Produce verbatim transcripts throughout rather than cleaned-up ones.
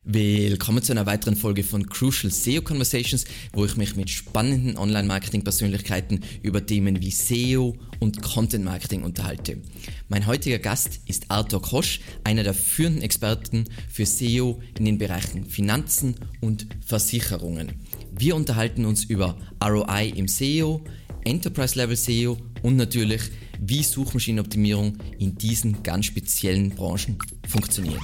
Willkommen zu einer weiteren Folge von Crucial S E O Conversations, wo ich mich mit spannenden Online-Marketing-Persönlichkeiten über Themen wie S E O und Content-Marketing unterhalte. Mein heutiger Gast ist Arthur Kosch, einer der führenden Experten für S E O in den Bereichen Finanzen und Versicherungen. Wir unterhalten uns über R O I im S E O, Enterprise-Level S E O und natürlich, wie Suchmaschinenoptimierung in diesen ganz speziellen Branchen funktioniert.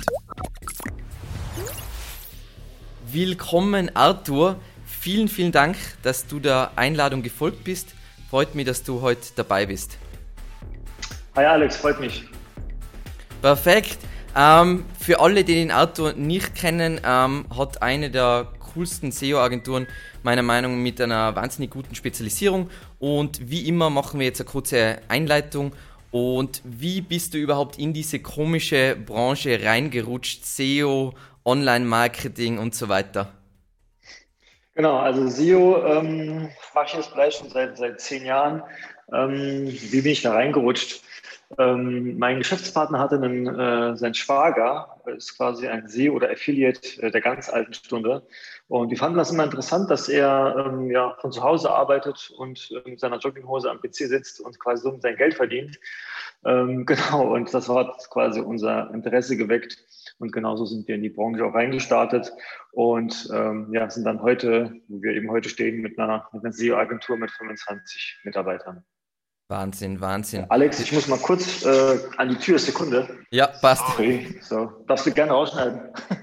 Willkommen Arthur, vielen, vielen Dank, dass du der Einladung gefolgt bist. Freut mich, dass du heute dabei bist. Hi Alex, freut mich. Perfekt. Ähm, für alle, die den Arthur nicht kennen, ähm, hat eine der coolsten S E O-Agenturen meiner Meinung nach mit einer wahnsinnig guten Spezialisierung. Und wie immer machen wir jetzt eine kurze Einleitung. Und wie bist du überhaupt in diese komische Branche reingerutscht, S E O, Online-Marketing und so weiter? Genau, also S E O ähm, mache ich jetzt vielleicht schon seit, seit zehn Jahren. Ähm, wie bin ich da reingerutscht? Ähm, mein Geschäftspartner hatte einen, äh, sein Schwager, ist quasi ein S E O oder Affiliate äh, der ganz alten Stunde. Und wir fanden das immer interessant, dass er ähm, ja, von zu Hause arbeitet und äh, mit seiner Jogginghose am P C sitzt und quasi so sein Geld verdient. Ähm, genau, und das hat quasi unser Interesse geweckt. Und genauso sind wir in die Branche auch reingestartet und ähm, ja, sind dann heute, wo wir eben heute stehen, mit einer, mit einer S E O-Agentur mit fünfundzwanzig Mitarbeitern. Wahnsinn, Ja, Wahnsinn. Alex, ich muss mal kurz äh, an die Tür, Sekunde. Ja, passt. Sorry, so, darfst du gerne rausschneiden.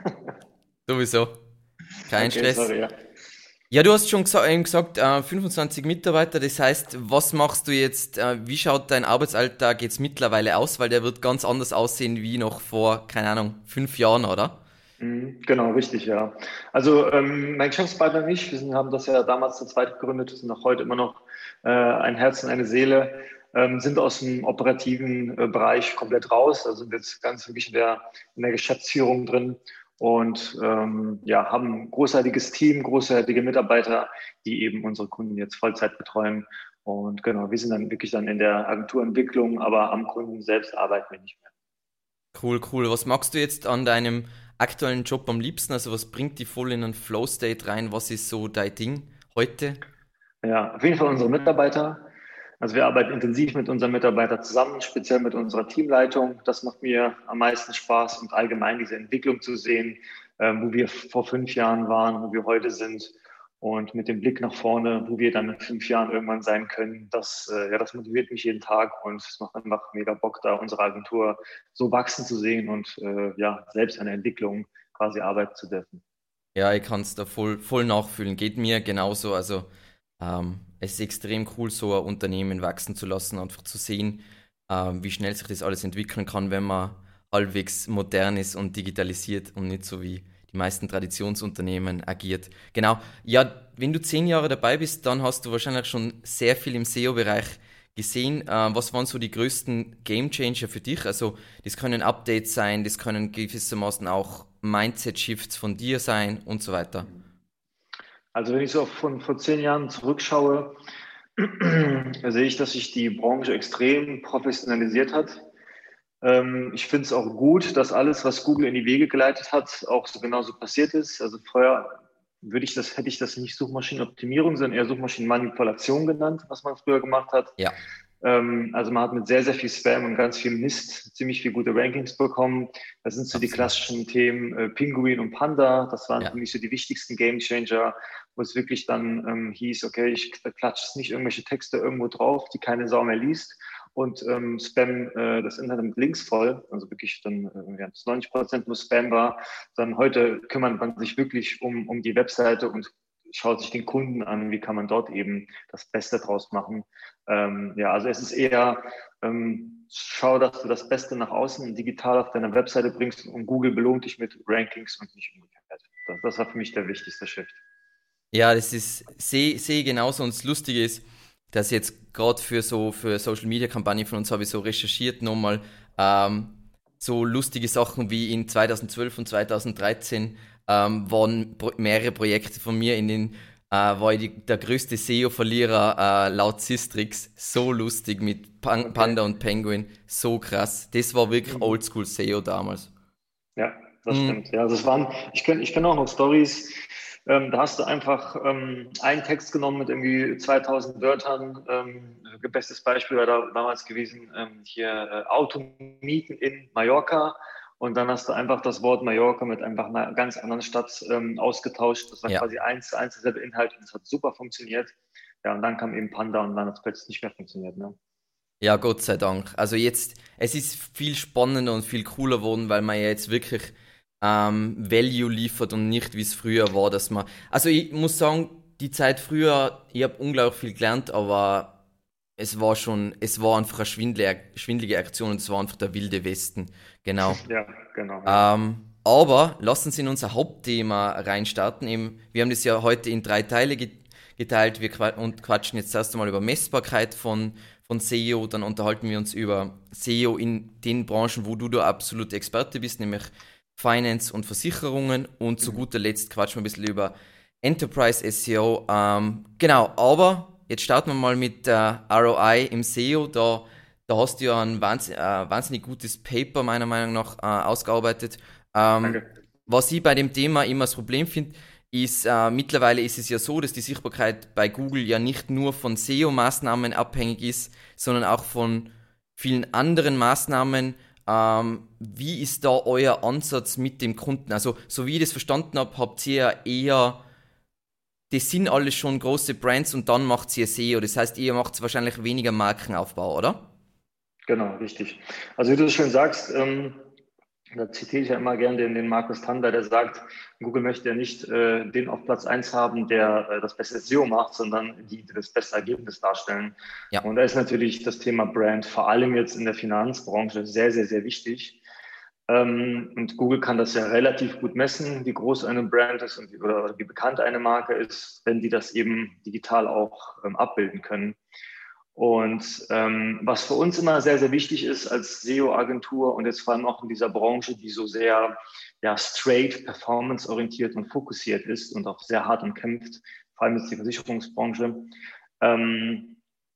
Sowieso. Kein Okay, Stress. sorry, ja. Ja, du hast schon gesa- eben gesagt, äh, fünfundzwanzig Mitarbeiter, das heißt, was machst du jetzt, äh, wie schaut dein Arbeitsalltag jetzt mittlerweile aus, weil der wird ganz anders aussehen wie noch vor, keine Ahnung, fünf Jahren, oder? Mhm, genau, richtig, ja. Also ähm, mein Geschäftspartner und ich, wir sind, haben das ja damals zu zweit gegründet, sind auch heute immer noch äh, ein Herz und eine Seele, ähm, sind aus dem operativen äh, Bereich komplett raus, also sind jetzt ganz wirklich in der, in der Geschäftsführung drin und ähm, ja, haben ein großartiges Team, großartige Mitarbeiter, die eben unsere Kunden jetzt Vollzeit betreuen. Und genau, wir sind dann wirklich dann in der Agenturentwicklung, aber am Kunden selbst arbeiten wir nicht mehr. Cool, cool. Was magst du jetzt an deinem aktuellen Job am liebsten? Also was bringt dich voll in einen Flow-State rein? Was ist so dein Ding heute? Ja, auf jeden Fall unsere Mitarbeiter. Also wir arbeiten intensiv mit unseren Mitarbeitern zusammen, speziell mit unserer Teamleitung. Das macht mir am meisten Spaß und allgemein diese Entwicklung zu sehen, ähm, wo wir vor fünf Jahren waren, wo wir heute sind und mit dem Blick nach vorne, wo wir dann in fünf Jahren irgendwann sein können. Das, äh, ja, das motiviert mich jeden Tag und es macht einfach mega Bock, da unsere Agentur so wachsen zu sehen und äh, ja, selbst eine Entwicklung quasi arbeiten zu dürfen. Ja, ich kann es da voll, voll nachfühlen. Geht mir genauso. Also ähm, es ist extrem cool, so ein Unternehmen wachsen zu lassen, einfach zu sehen, ähm, wie schnell sich das alles entwickeln kann, wenn man halbwegs modern ist und digitalisiert und nicht so wie die meisten Traditionsunternehmen agiert. Genau. Ja, wenn du zehn Jahre dabei bist, dann hast du wahrscheinlich schon sehr viel im S E O-Bereich gesehen. Äh, was waren so die größten Gamechanger für dich? Also das können Updates sein, das können gewissermaßen auch Mindset-Shifts von dir sein und so weiter. Also wenn ich so von vor zehn Jahren zurückschaue, sehe ich, dass sich die Branche extrem professionalisiert hat. Ähm, ich finde es auch gut, dass alles, was Google in die Wege geleitet hat, auch so genauso passiert ist. Also vorher würde ich das, hätte ich das nicht Suchmaschinenoptimierung, sondern eher Suchmaschinenmanipulation genannt, was man früher gemacht hat. Ja, Ähm, also man hat mit sehr, sehr viel Spam und ganz viel Mist ziemlich viel gute Rankings bekommen. Das sind so die absolut. klassischen Themen äh, Pinguin und Panda. Das waren für Ja. mich so die wichtigsten Gamechanger, wo es wirklich dann ähm, hieß, okay, ich klatsche nicht irgendwelche Texte irgendwo drauf, die keine Sau mehr liest und ähm, Spam äh, das Internet mit Links voll, also wirklich dann äh, ja, neunzig Prozent nur Spam war. Dann heute kümmert man sich wirklich um, um die Webseite und schaut sich den Kunden an, wie kann man dort eben das Beste draus machen. Ähm, ja, also es ist eher, ähm, schau, dass du das Beste nach außen digital auf deiner Webseite bringst und Google belohnt dich mit Rankings und nicht umgekehrt. Das, das war für mich der wichtigste Shift. Ja, das ist, sehe seh genauso. Und das Lustige ist, dass jetzt gerade für so für Social Media Kampagnen von uns habe ich so recherchiert nochmal ähm, so lustige Sachen wie in zweitausendzwölf und zweitausenddreizehn ähm, waren pro mehrere Projekte von mir, in denen äh, war ich die, der größte S E O-Verlierer äh, laut Sistrix. So lustig mit Pan Okay. Panda und Penguin. So krass. Das war wirklich Mhm. Oldschool S E O damals. Ja, das Mhm. stimmt. Ja, also es waren, ich kenne ich kenn auch noch Stories, ähm, da hast du einfach ähm, einen Text genommen mit irgendwie zweitausend Wörtern. Ähm, bestes Beispiel war da damals gewesen, ähm, hier äh, Automieten in Mallorca. Und dann hast du einfach das Wort Mallorca mit einfach einer ganz anderen Stadt ähm, ausgetauscht. Das war Ja. quasi eins zu eins derselbe Inhalt und es hat super funktioniert. Ja, und dann kam eben Panda und dann hat es plötzlich nicht mehr funktioniert. Ne? Ja, Gott sei Dank. Also jetzt, es ist viel spannender und viel cooler geworden, weil man ja jetzt wirklich ähm, Value liefert und nicht wie es früher war, dass man. Also ich muss sagen, die Zeit früher, ich habe unglaublich viel gelernt, aber es war schon, es war einfach eine schwindelige, schwindelige Aktion und es war einfach der wilde Westen. Genau. Ja, genau, ja. Ähm, aber lassen Sie in unser Hauptthema reinstarten. Eben, wir haben das ja heute in drei Teile ge geteilt. Wir qua und quatschen jetzt erst einmal über Messbarkeit von, von S E O. Dann unterhalten wir uns über S E O in den Branchen, wo du der absolute Experte bist, nämlich Finance und Versicherungen. Und zu Mhm. guter Letzt quatschen wir ein bisschen über Enterprise S E O. Ähm, genau, aber jetzt starten wir mal mit äh, R O I im S E O. Da da hast du ja ein wahnsinnig, äh, wahnsinnig gutes Paper meiner Meinung nach äh, ausgearbeitet. Ähm, Danke. was ich bei dem Thema immer das Problem finde, ist, äh, mittlerweile ist es ja so, dass die Sichtbarkeit bei Google ja nicht nur von S E O-Maßnahmen abhängig ist, sondern auch von vielen anderen Maßnahmen. Ähm, wie ist da euer Ansatz mit dem Kunden? Also, so wie ich das verstanden habe, habt ihr ja eher, das sind alles schon große Brands und dann macht ihr S E O. Das heißt, ihr macht wahrscheinlich weniger Markenaufbau, oder? Genau, richtig. Also wie du es schön sagst, ähm, da zitiere ich ja immer gerne den, den Markus Tander, der sagt, Google möchte ja nicht äh, den auf Platz eins haben, der äh, das beste S E O macht, sondern die, die das beste Ergebnis darstellen. Ja. Und da ist natürlich das Thema Brand, vor allem jetzt in der Finanzbranche, sehr, sehr, sehr wichtig. Ähm, und Google kann das ja relativ gut messen, wie groß eine Brand ist und wie, oder wie bekannt eine Marke ist, wenn die das eben digital auch ähm, abbilden können. Und ähm, was für uns immer sehr, sehr wichtig ist als S E O-Agentur und jetzt vor allem auch in dieser Branche, die so sehr ja, straight, performance-orientiert und fokussiert ist und auch sehr hart umkämpft, vor allem jetzt die Versicherungsbranche, ähm,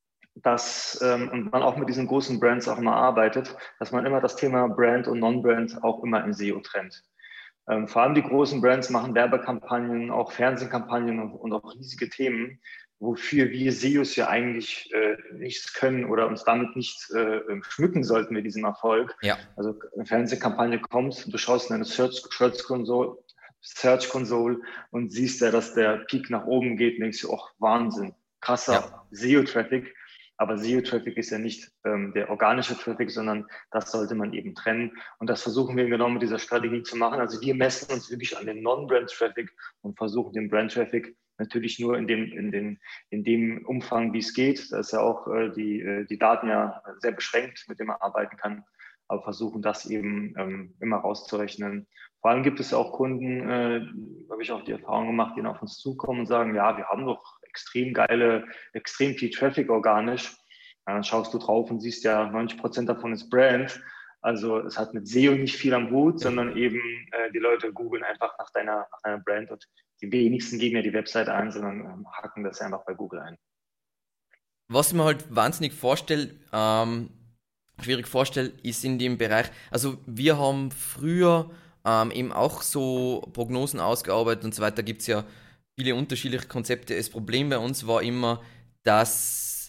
dass ähm, und man auch mit diesen großen Brands auch immer arbeitet, dass man immer das Thema Brand und Non-Brand auch immer im S E O trennt. Ähm, vor allem die großen Brands machen Werbekampagnen, auch Fernsehkampagnen und, und auch riesige Themen, wofür wir S E Os ja eigentlich äh, nichts können oder uns damit nicht äh, schmücken sollten mit diesem Erfolg. Ja. Also eine Fernsehkampagne kommt, du schaust in eine Search, Search Console, Search Console und siehst ja, dass der Peak nach oben geht und denkst du, ach Wahnsinn, Ja. krasser S E O-Traffic. Aber S E O-Traffic ist ja nicht ähm, der organische Traffic, sondern das sollte man eben trennen. Und das versuchen wir genau mit dieser Strategie zu machen. Also wir messen uns wirklich an den Non-Brand-Traffic und versuchen den Brand-Traffic natürlich nur in dem, in, den, in dem Umfang, wie es geht. Da ist ja auch äh, die, äh, die Daten ja sehr beschränkt, mit dem man arbeiten kann. Aber versuchen das eben ähm, immer rauszurechnen. Vor allem gibt es auch Kunden, äh, habe ich auch die Erfahrung gemacht, die auf uns zukommen und sagen, ja, wir haben doch extrem geile, extrem viel Traffic organisch. Ja, dann schaust du drauf und siehst ja, neunzig Prozent davon ist Brand. Also es hat mit S E O nicht viel am Hut, sondern eben äh, die Leute googeln einfach nach deiner, nach deiner Brand und die wenigsten geben ja die Website ein, sondern ähm, hacken das einfach bei Google ein. Was ich mir halt wahnsinnig vorstelle, ähm, schwierig vorstelle, ist in dem Bereich, also wir haben früher ähm, eben auch so Prognosen ausgearbeitet und so weiter, gibt es ja viele unterschiedliche Konzepte. Das Problem bei uns war immer, dass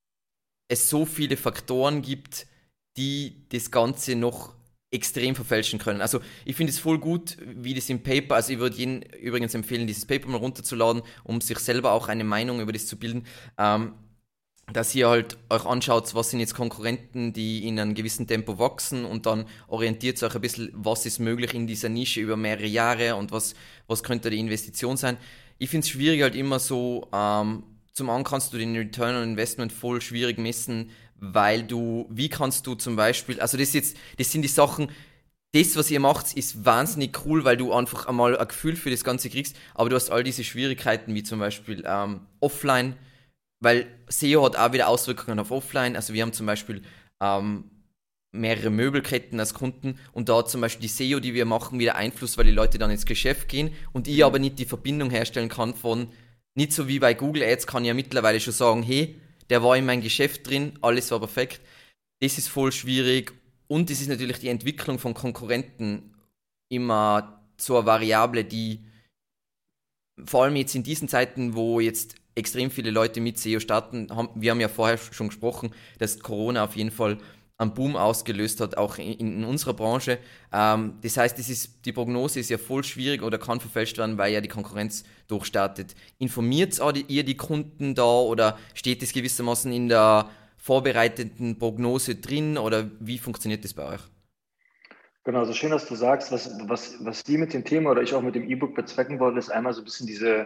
es so viele Faktoren gibt, die das Ganze noch extrem verfälschen können. Also ich finde es voll gut, wie das im Paper, also ich würde Ihnen übrigens empfehlen, dieses Paper mal runterzuladen, um sich selber auch eine Meinung über das zu bilden. Ähm, dass ihr halt euch anschaut, was sind jetzt Konkurrenten, die in einem gewissen Tempo wachsen und dann orientiert euch ein bisschen, was ist möglich in dieser Nische über mehrere Jahre und was, was könnte die Investition sein. Ich finde es schwierig halt immer so, ähm, zum einen kannst du den Return on Investment voll schwierig messen, weil du, wie kannst du zum Beispiel, also das jetzt, das sind die Sachen, das, was ihr macht, ist wahnsinnig cool, weil du einfach einmal ein Gefühl für das Ganze kriegst, aber du hast all diese Schwierigkeiten, wie zum Beispiel ähm, offline, weil S E O hat auch wieder Auswirkungen auf Offline. Also wir haben zum Beispiel ähm, mehrere Möbelketten als Kunden und da hat zum Beispiel die S E O, die wir machen, wieder Einfluss, weil die Leute dann ins Geschäft gehen und ich aber Mhm. nicht die Verbindung herstellen kann von, nicht so wie bei Google Ads kann ich ja mittlerweile schon sagen, hey, der war in meinem Geschäft drin, alles war perfekt. Das ist voll schwierig und es ist natürlich die Entwicklung von Konkurrenten immer so eine Variable, die vor allem jetzt in diesen Zeiten, wo jetzt extrem viele Leute mit S E O starten, haben, wir haben ja vorher schon gesprochen, dass Corona auf jeden Fall einen Boom ausgelöst hat, auch in, in unserer Branche. Ähm, das heißt, das ist, die Prognose ist ja voll schwierig oder kann verfälscht werden, weil ja die Konkurrenz durchstartet. Informiert ihr die Kunden da oder steht das gewissermaßen in der vorbereiteten Prognose drin oder wie funktioniert das bei euch? Genau, also schön, dass du sagst, was, was, was wir mit dem Thema oder ich auch mit dem E-Book bezwecken wollen, ist einmal so ein bisschen diese,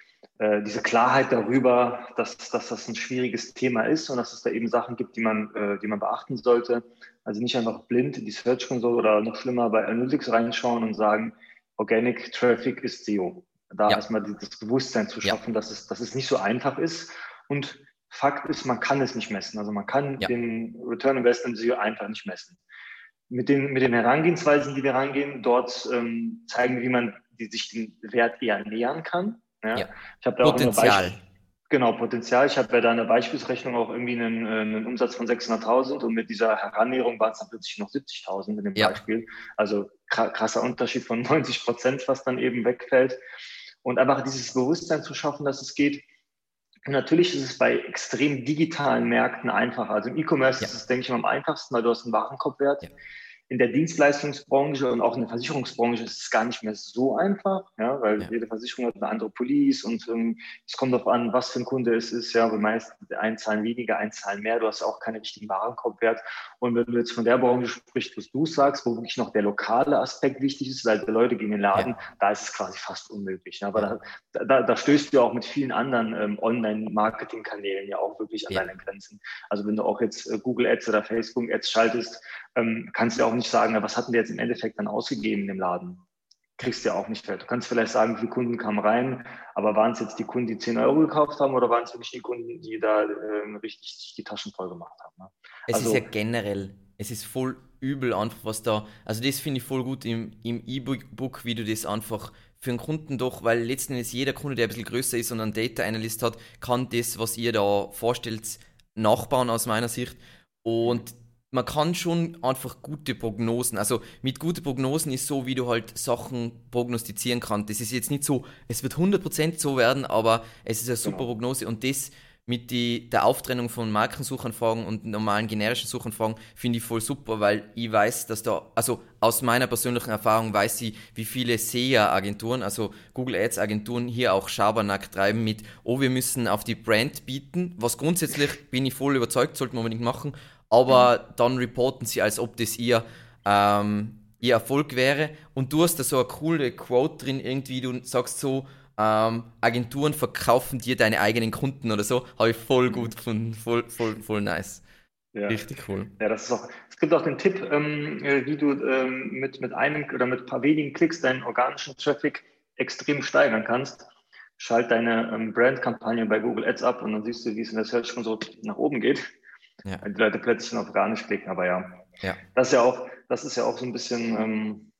äh, diese Klarheit darüber, dass, dass das ein schwieriges Thema ist und dass es da eben Sachen gibt, die man, äh, die man beachten sollte. Also nicht einfach blind in die Search Console oder noch schlimmer bei Analytics reinschauen und sagen, Organic Traffic ist S E O. Da Ja, erstmal das Bewusstsein zu ja, schaffen, dass es, dass es nicht so einfach ist. Und Fakt ist, man kann es nicht messen. Also man kann ja, den Return Investment S E O einfach nicht messen. Mit den, mit den Herangehensweisen, die wir rangehen, dort ähm, zeigen wir, wie man die, sich dem Wert eher nähern kann. Ja. ja. Ich habe da auch eine Potenzial. Beispiel, genau, Potenzial. Ich habe ja da eine Beispielsrechnung auch irgendwie einen, einen Umsatz von sechshunderttausend und mit dieser Herannäherung waren es dann plötzlich noch siebzigtausend in dem Ja, Beispiel. Also krasser Unterschied von neunzig Prozent, was dann eben wegfällt. Und einfach dieses Bewusstsein zu schaffen, dass es geht. Und natürlich ist es bei extrem digitalen Märkten einfacher. Also im E-Commerce ja, ist es, denke ich mal, am einfachsten, weil du hast einen Warenkorbwert. ja, In der Dienstleistungsbranche und auch in der Versicherungsbranche ist es gar nicht mehr so einfach, ja, weil ja, jede Versicherung hat eine andere Police und ähm, es kommt darauf an, was für ein Kunde es ist. Ja, weil meist einzahlen weniger, einzahlen mehr. Du hast auch keinen richtigen Warenkorbwert. Und wenn du jetzt von der Branche sprichst, was du sagst, wo wirklich noch der lokale Aspekt wichtig ist, weil die Leute gehen in den Laden, ja, da ist es quasi fast unmöglich. Ja, aber ja, da, da, da stößt du auch mit vielen anderen ähm, Online-Marketing-Kanälen ja auch wirklich an ja. deine Grenzen. Also wenn du auch jetzt äh, Google Ads oder Facebook Ads schaltest, ähm, kannst du ja auch nicht sagen, na, was hatten wir jetzt im Endeffekt dann ausgegeben im Laden? Kriegst du ja auch nicht fällt. Du kannst vielleicht sagen, wie viele Kunden kamen rein, aber waren es jetzt die Kunden, die zehn Euro gekauft haben oder waren es wirklich die Kunden, die da ähm, richtig sich die Taschen voll gemacht haben? Ne? Es ist ja Also generell, es ist voll übel einfach, was da, also das finde ich voll gut im, im E-Book, wie du das einfach für einen Kunden doch, weil letzten Endes jeder Kunde, der ein bisschen größer ist und einen Data Analyst hat, kann das, was ihr da vorstellt, nachbauen aus meiner Sicht. Und man kann schon einfach gute Prognosen, also mit guten Prognosen ist so, wie du halt Sachen prognostizieren kannst. Das ist jetzt nicht so, es wird hundert Prozent so werden, aber es ist eine super genau. Prognose und das mit die, der Auftrennung von Markensuchanfragen und normalen generischen Suchanfragen finde ich voll super, weil ich weiß, dass da, also aus meiner persönlichen Erfahrung weiß ich, wie viele S E A-Agenturen, also Google Ads-Agenturen hier auch Schabernack treiben mit, oh, wir müssen auf die Brand bieten, was grundsätzlich, bin ich voll überzeugt, sollten wir unbedingt machen, Mhm. aber dann reporten sie, als ob das ihr, ähm, ihr Erfolg wäre und du hast da so eine coole Quote drin, irgendwie, du sagst so, ähm, Agenturen verkaufen dir deine eigenen Kunden oder so. Habe ich voll gut Mhm. gefunden. Voll, voll, voll nice. Ja. Richtig cool. Ja, das ist auch, es gibt auch den Tipp, ähm, äh, wie du ähm, mit, mit einem oder mit ein paar wenigen Klicks deinen organischen Traffic extrem steigern kannst. Schalt deine ähm, Brand-Kampagne bei Google Ads ab und dann siehst du, wie es in der Search Console nach oben geht, Ja, weil die Leute plötzlich dann auf organisch klicken. Aber ja, ja, das ist ja auch, das ist ja auch so ein bisschen, ähm,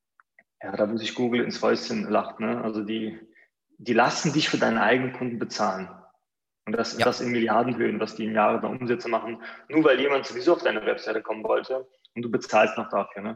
ja, da wo sich Google ins Häuschen lacht, ne? Also die, die lassen dich für deine eigenen Kunden bezahlen. Und das, ja. das in Milliardenhöhen, was die im Jahr da Umsätze machen, nur weil jemand sowieso auf deine Webseite kommen wollte und du bezahlst noch dafür. Ne?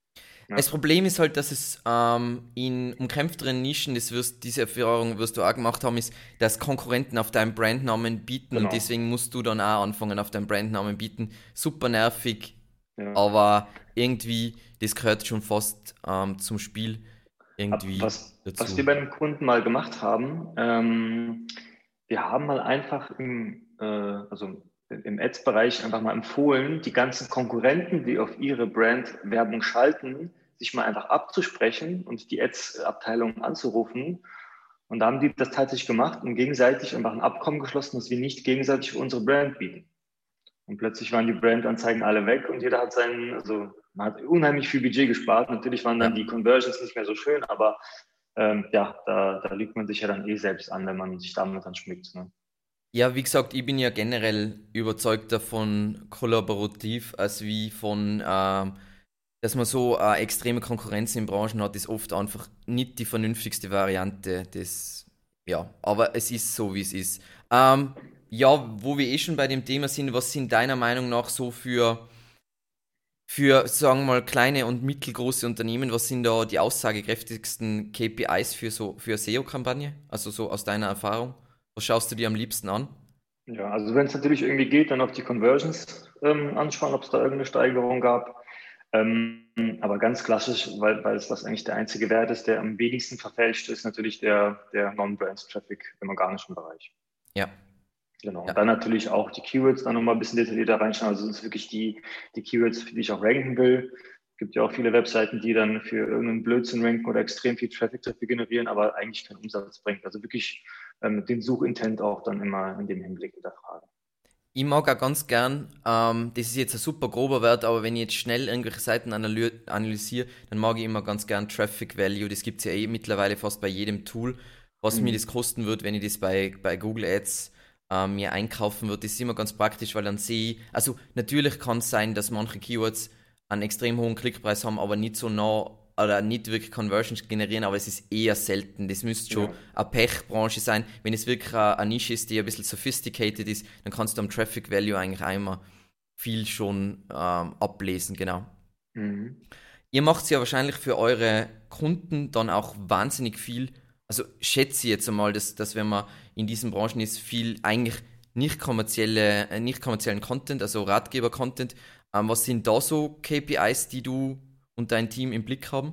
Ja, Das Problem ist halt, dass es ähm, in umkämpfteren Nischen, das wirst, diese Erfahrung wirst du auch gemacht haben, ist, dass Konkurrenten auf deinen Brandnamen bieten und genau. deswegen musst du dann auch anfangen, auf deinen Brandnamen bieten. Super nervig, Ja. aber irgendwie, das gehört schon fast ähm, zum Spiel Ab, irgendwie was, was wir dazu. bei einem Kunden mal gemacht haben, ähm, wir haben mal einfach im, äh, also im Ads-Bereich einfach mal empfohlen, die ganzen Konkurrenten, die auf ihre Brand Werbung schalten, sich mal einfach abzusprechen und die Ads-Abteilung anzurufen. Und da haben die das tatsächlich gemacht und gegenseitig einfach ein Abkommen geschlossen, dass wir nicht gegenseitig für unsere Brand bieten. Und plötzlich waren die Brandanzeigen alle weg und jeder hat seinen, also man hat unheimlich viel Budget gespart. Natürlich waren dann Ja. die Conversions nicht mehr so schön, aber ähm, ja, da, da lügt man sich ja dann eh selbst an, wenn man sich damit dann schmückt. Ne? Ja, wie gesagt, ich bin ja generell überzeugt davon, kollaborativ, als wie von, ähm, dass man so äh, extreme Konkurrenz in Branchen hat, ist oft einfach nicht die vernünftigste Variante. Das, ja, aber es ist so, wie es ist. Ähm, ja, wo wir eh schon bei dem Thema sind, was sind deiner Meinung nach so für Für, sagen wir mal, kleine und mittelgroße Unternehmen, was sind da die aussagekräftigsten K P Is für so für S E O-Kampagne? Also so aus deiner Erfahrung. Was schaust du dir am liebsten an? Ja, also wenn es natürlich irgendwie geht, dann auf die Conversions ähm, anschauen, ob es da irgendeine Steigerung gab. Ähm, aber ganz klassisch, weil, weil es das eigentlich der einzige Wert ist, der am wenigsten verfälscht, ist natürlich der, der Non-Brand-Traffic im organischen Bereich. Ja, Genau. Und ja, dann natürlich auch die Keywords dann nochmal ein bisschen detaillierter reinschauen. Also sind es wirklich die, die Keywords, für die ich auch ranken will. Es gibt ja auch viele Webseiten, die dann für irgendeinen Blödsinn ranken oder extrem viel Traffic dafür generieren, aber eigentlich keinen Umsatz bringt. Also wirklich ähm, den Suchintent auch dann immer in dem Hinblick hinterfragen. ich mag auch ganz gern, ähm, das ist jetzt ein super grober Wert, aber wenn ich jetzt schnell irgendwelche Seiten analy analysiere, dann mag ich immer ganz gern Traffic Value. Das gibt es ja eh mittlerweile fast bei jedem Tool. Was mir das Mhm. kosten wird, wenn ich das bei, bei Google Ads äh, mir einkaufen würde, das ist immer ganz praktisch, weil dann sehe ich, also natürlich kann es sein, dass manche Keywords einen extrem hohen Klickpreis haben, aber nicht so nah oder nicht wirklich Conversions generieren, aber es ist eher selten. Das müsste schon Ja. eine Pechbranche sein. Wenn es wirklich eine, eine Nische ist, die ein bisschen sophisticated ist, dann kannst du am Traffic Value eigentlich einmal viel schon ähm, ablesen, genau. Mhm. Ihr macht ja wahrscheinlich für eure Kunden dann auch wahnsinnig viel, also schätze ich jetzt einmal, dass, dass wenn man in diesen Branchen ist, viel eigentlich nicht kommerzielle, äh, nicht kommerziellen Content, also Ratgeber-Content. Ähm, was sind da so K P Is, die du und dein Team im Blick haben?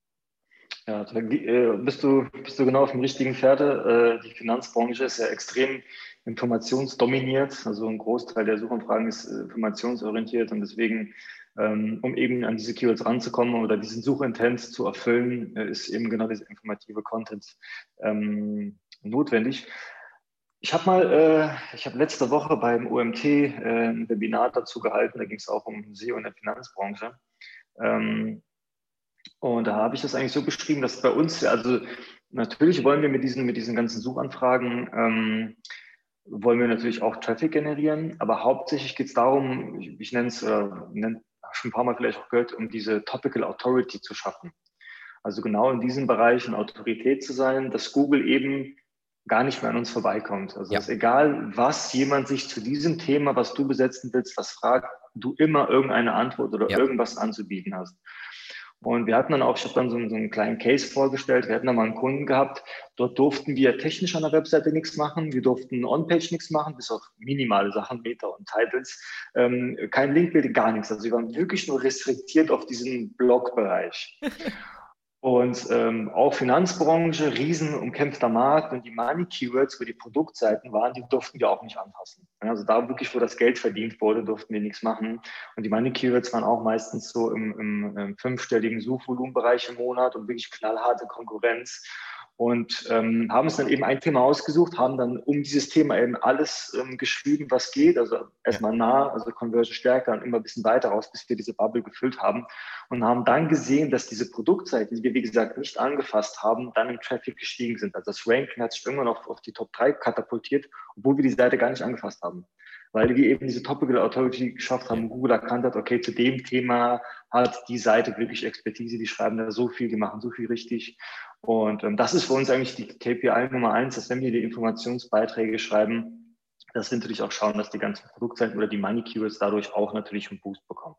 Ja, da äh, bist du, bist du genau auf dem richtigen Pferde. Äh, die Finanzbranche ist ja extrem informationsdominiert. Also ein Großteil der Suchanfragen ist äh, informationsorientiert und deswegen, ähm, um eben an diese Keywords ranzukommen oder diesen Suchintent zu erfüllen, äh, ist eben genau dieser informative Content ähm, notwendig. Ich habe mal, äh, ich habe letzte Woche beim O M T äh, ein Webinar dazu gehalten. Da ging es auch um S E O in der Finanzbranche. Ähm, und da habe ich das eigentlich so beschrieben, dass bei uns, also natürlich wollen wir mit diesen, mit diesen ganzen Suchanfragen, ähm, wollen wir natürlich auch Traffic generieren, aber hauptsächlich geht es darum, ich, ich nenne es, äh, nenn, schon ein paar Mal vielleicht auch gehört, um diese Topical Authority zu schaffen. Also genau in diesen Bereichen Autorität zu sein, dass Google eben gar nicht mehr an uns vorbeikommt. Also Ja, dass egal, was jemand sich zu diesem Thema, was du besetzen willst, was fragt, du immer irgendeine Antwort oder ja, irgendwas anzubieten hast. Und wir hatten dann auch, ich habe dann so einen, so einen kleinen Case vorgestellt. Wir hatten dann mal einen Kunden gehabt. Dort durften wir technisch an der Webseite nichts machen. Wir durften on-page nichts machen, bis auf minimale Sachen, Meta und Titles. Ähm, kein Linkbuilding, gar nichts. Also wir waren wirklich nur restriktiert auf diesen Blog-Bereich. Und ähm, auch Finanzbranche, riesen umkämpfter Markt und die Money-Keywords, wo die Produktseiten waren, die durften wir auch nicht anfassen. Also da wirklich, wo das Geld verdient wurde, durften wir nichts machen. Und die Money-Keywords waren auch meistens so im, im, im fünfstelligen Suchvolumenbereich im Monat und wirklich knallharte Konkurrenz. Und ähm, haben uns dann eben ein Thema ausgesucht, haben dann um dieses Thema eben alles ähm, geschrieben, was geht. Also ja. erstmal nah, also Conversion stärker und immer ein bisschen weiter raus, bis wir diese Bubble gefüllt haben. Und haben dann gesehen, dass diese Produktseiten, die wir, wie gesagt, nicht angefasst haben, dann im Traffic gestiegen sind. Also das Ranking hat sich irgendwann auf, auf die Top drei katapultiert, obwohl wir die Seite gar nicht angefasst haben. Weil wir eben diese Topical Authority geschafft Ja. haben, Google erkannt hat, okay, zu dem Thema hat die Seite wirklich Expertise, die schreiben da so viel, die machen so viel richtig. Und ähm, das ist für uns eigentlich die K P I Nummer eins, dass wenn wir die Informationsbeiträge schreiben, dass wir natürlich auch schauen, dass die ganzen Produktseiten oder die Money Keywords dadurch auch natürlich einen Boost bekommen.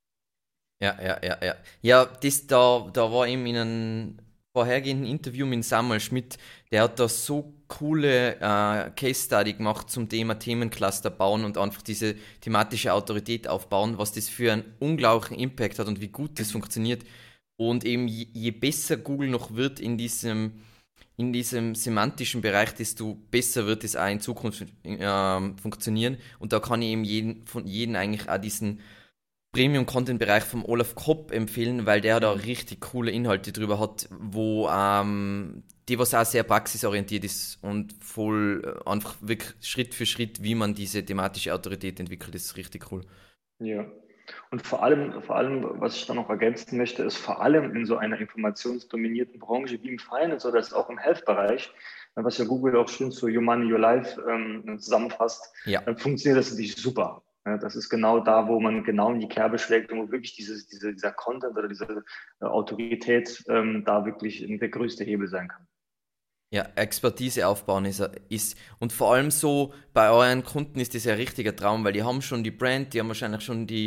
Ja, ja, ja, ja. Ja, das, da, da war eben in einem vorhergehenden Interview mit Samuel Schmidt, der hat da so coole äh, Case Study gemacht zum Thema Themencluster bauen und einfach diese thematische Autorität aufbauen, was das für einen unglaublichen Impact hat und wie gut das funktioniert. Und eben je, je besser Google noch wird in diesem, in diesem semantischen Bereich, desto besser wird es auch in Zukunft ähm, funktionieren. Und da kann ich eben jeden, von jedem eigentlich auch diesen Premium-Content-Bereich vom Olaf Kopp empfehlen, weil der da Mhm. richtig coole Inhalte drüber hat, wo ähm, die was auch sehr praxisorientiert ist und voll äh, einfach wirklich Schritt für Schritt, wie man diese thematische Autorität entwickelt, ist richtig cool. Ja. Und vor allem, vor allem, was ich da noch ergänzen möchte, ist vor allem in so einer informationsdominierten Branche wie im Finance oder auch im Health-Bereich, was ja Google auch schön zu Your Money, Your Life ähm, zusammenfasst, Ja, dann funktioniert das natürlich super. Ja, das ist genau da, wo man genau in die Kerbe schlägt und wo wirklich dieses, diese, dieser Content oder diese äh, Autorität ähm, da wirklich der größte Hebel sein kann. ja, Expertise aufbauen ist, ist, und vor allem so bei euren Kunden ist das ja ein richtiger Traum, weil die haben schon die Brand, die haben wahrscheinlich schon die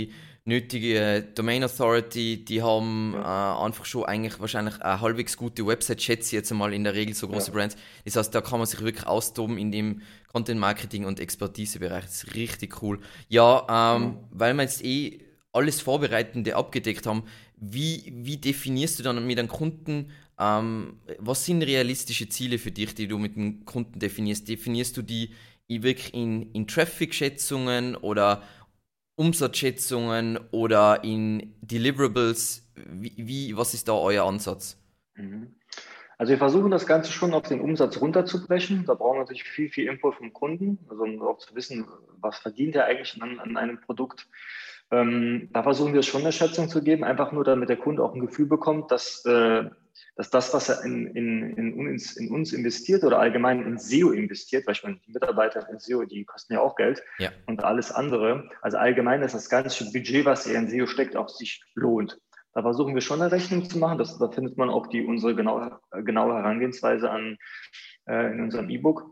nötige Domain Authority, die haben äh, Ja. einfach schon eigentlich wahrscheinlich eine halbwegs gute Website, schätze ich jetzt einmal in der Regel so große Ja. Brands. Das heißt, da kann man sich wirklich austoben in dem Content Marketing und Expertisebereich. Das ist richtig cool. Ja, ähm, Genau. weil wir jetzt eh alles Vorbereitende abgedeckt haben, wie, wie definierst du dann mit einem Kunden, ähm, was sind realistische Ziele für dich, die du mit dem Kunden definierst? Definierst du die wirklich in, in Traffic-Schätzungen oder Umsatzschätzungen oder in Deliverables? Wie, wie, was ist da euer Ansatz? Mhm. Also wir versuchen das Ganze schon auf den Umsatz runterzubrechen. Da brauchen wir natürlich viel, viel Input vom Kunden, also um auch zu wissen, was verdient er eigentlich an, an einem Produkt. Ähm, da versuchen wir schon eine Schätzung zu geben, einfach nur damit der Kunde auch ein Gefühl bekommt, dass, äh, dass das, was er in, in, in, uns, in uns investiert oder allgemein in S E O investiert, weil ich meine, die Mitarbeiter in S E O, die kosten ja auch Geld Ja, und alles andere. Also allgemein, dass das ganze Budget, was er in S E O steckt, auch sich lohnt. Da versuchen wir schon eine Rechnung zu machen. Das, da findet man auch die, unsere genaue, genaue Herangehensweise an, äh, in unserem E-Book.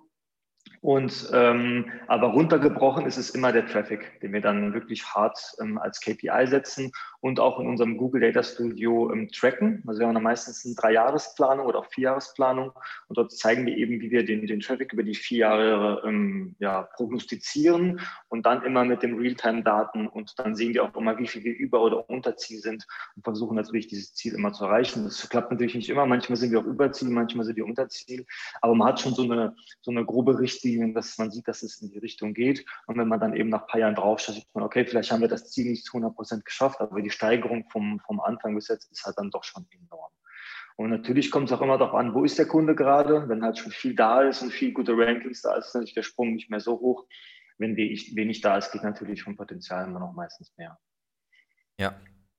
Und ähm, aber runtergebrochen ist es immer der Traffic, den wir dann wirklich hart ähm, als K P I setzen und auch in unserem Google Data Studio ähm, tracken. Also wir haben dann meistens eine Dreijahresplanung oder auch Vierjahresplanung und dort zeigen wir eben, wie wir den, den Traffic über die vier Jahre ähm, ja, prognostizieren und dann immer mit den Realtime-Daten und dann sehen wir auch immer, wie viel wir über- oder unter Ziel sind und versuchen natürlich dieses Ziel immer zu erreichen. Das klappt natürlich nicht immer. Manchmal sind wir auch über Ziel, manchmal sind wir unter Ziel, aber man hat schon so eine so eine grobe Richtlinie, dass man sieht, dass es in die Richtung geht. Und wenn man dann eben nach ein paar Jahren draufschaut, sieht man, okay, vielleicht haben wir das Ziel nicht zu hundert Prozent geschafft, aber die Steigerung vom, vom Anfang bis jetzt ist halt dann doch schon enorm. Und natürlich kommt es auch immer darauf an, wo ist der Kunde gerade. Wenn halt schon viel da ist und viel gute Rankings da ist, ist natürlich der Sprung nicht mehr so hoch. Wenn wenig, wenig da ist, geht natürlich vom Potenzial immer noch meistens mehr. ja.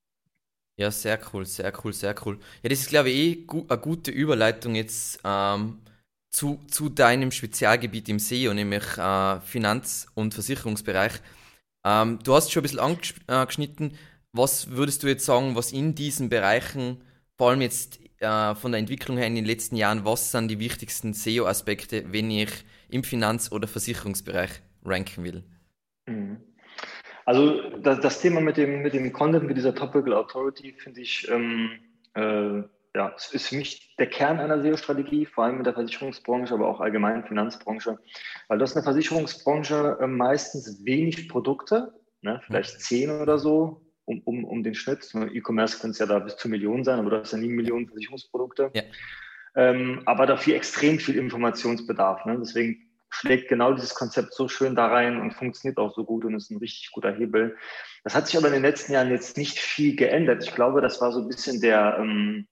Ja, sehr cool, sehr cool, sehr cool. Ja, das ist, glaube ich, eh gu eine gute Überleitung jetzt ähm, zu, zu deinem Spezialgebiet im S E O, nämlich äh, Finanz- und Versicherungsbereich. Ähm, du hast schon ein bisschen angeschnitten. Was würdest du jetzt sagen, was in diesen Bereichen, vor allem jetzt äh, von der Entwicklung her in den letzten Jahren, was sind die wichtigsten S E O-Aspekte, wenn ich im Finanz- oder Versicherungsbereich ranken will? Mhm. Also das, das Thema mit dem, mit dem Content, mit dieser Topical Authority, finde ich, ähm, äh, ja, es ist für mich der Kern einer S E O-Strategie, vor allem in der Versicherungsbranche, aber auch allgemein Finanzbranche, weil das in der Versicherungsbranche äh, meistens wenig Produkte, ne, Hm? vielleicht zehn oder so, um, um, um den Schnitt. E-Commerce könnte es ja da bis zu Millionen sein, aber du hast ja nie Ja, Millionen Versicherungsprodukte. ja, Ähm, aber dafür extrem viel Informationsbedarf. Ne? Deswegen schlägt genau dieses Konzept so schön da rein und funktioniert auch so gut und ist ein richtig guter Hebel. Das hat sich aber in den letzten Jahren jetzt nicht viel geändert. Ich glaube, das war so ein bisschen der, ähm,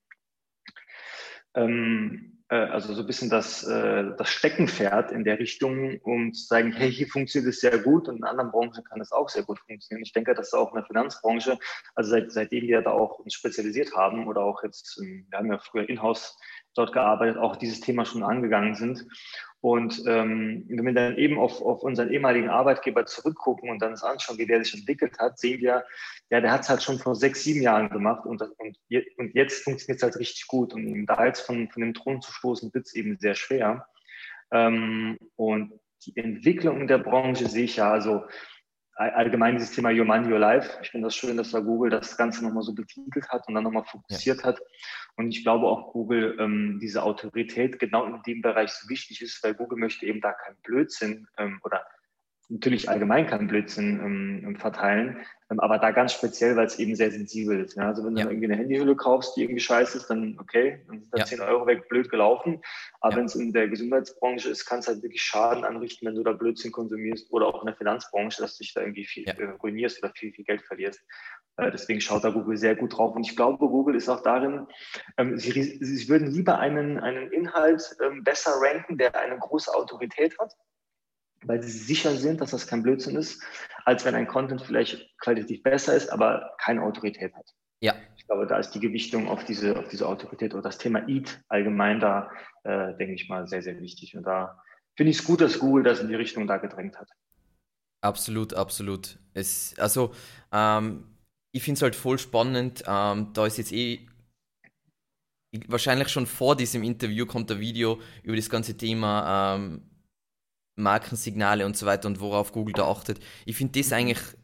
ähm, äh, also so ein bisschen das, äh, das Steckenpferd in der Richtung, um zu sagen, hey, hier funktioniert es sehr gut und in anderen Branchen kann es auch sehr gut funktionieren. Ich denke, dass auch in der Finanzbranche, also seit, seitdem wir da auch uns spezialisiert haben oder auch jetzt, ähm, wir haben ja früher in-house dort gearbeitet, auch dieses Thema schon angegangen sind. Und ähm, wenn wir dann eben auf, auf unseren ehemaligen Arbeitgeber zurückgucken und dann uns anschauen, wie der sich entwickelt hat, sehen wir, ja, der hat es halt schon vor sechs, sieben Jahren gemacht und, und, und jetzt funktioniert es halt richtig gut. Und ihm da jetzt von, von dem Thron zu stoßen, wird es eben sehr schwer. Ähm, und die Entwicklung in der Branche sehe ich ja, also allgemein dieses Thema Your Money, Your Life. Ich finde das schön, dass da Google das Ganze nochmal so betitelt hat und dann nochmal ja, fokussiert hat. Und ich glaube auch Google ähm, diese Autorität genau in dem Bereich so wichtig ist, weil Google möchte eben da keinen Blödsinn ähm, oder natürlich allgemein keinen Blödsinn ähm, verteilen, ähm, aber da ganz speziell, weil es eben sehr sensibel ist. Ja? Also wenn du ja, dann irgendwie eine Handyhülle kaufst, die irgendwie scheiße ist, dann okay, dann sind da ja, zehn Euro weg, blöd gelaufen. Aber ja, wenn es in der Gesundheitsbranche ist, kann es halt wirklich Schaden anrichten, wenn du da Blödsinn konsumierst oder auch in der Finanzbranche, dass du dich da irgendwie viel ja. äh, ruinierst oder viel, viel Geld verlierst. Äh, deswegen schaut da Google sehr gut drauf. Und ich glaube, Google ist auch darin, ähm, sie, sie würden lieber einen, einen Inhalt ähm, besser ranken, der eine große Autorität hat, weil sie sicher sind, dass das kein Blödsinn ist, als wenn ein Content vielleicht qualitativ besser ist, aber keine Autorität hat. Ja. Ich glaube, da ist die Gewichtung auf diese, auf diese Autorität oder das Thema Eat allgemein da, äh, denke ich mal, sehr, sehr wichtig. Und da finde ich es gut, dass Google das in die Richtung da gedrängt hat. Absolut, absolut. Es, also, ähm, ich finde es halt voll spannend. Ähm, da ist jetzt eh, wahrscheinlich schon vor diesem Interview kommt ein Video über das ganze Thema ähm, Markensignale und so weiter und worauf Google da achtet. Ich finde das Mhm. eigentlich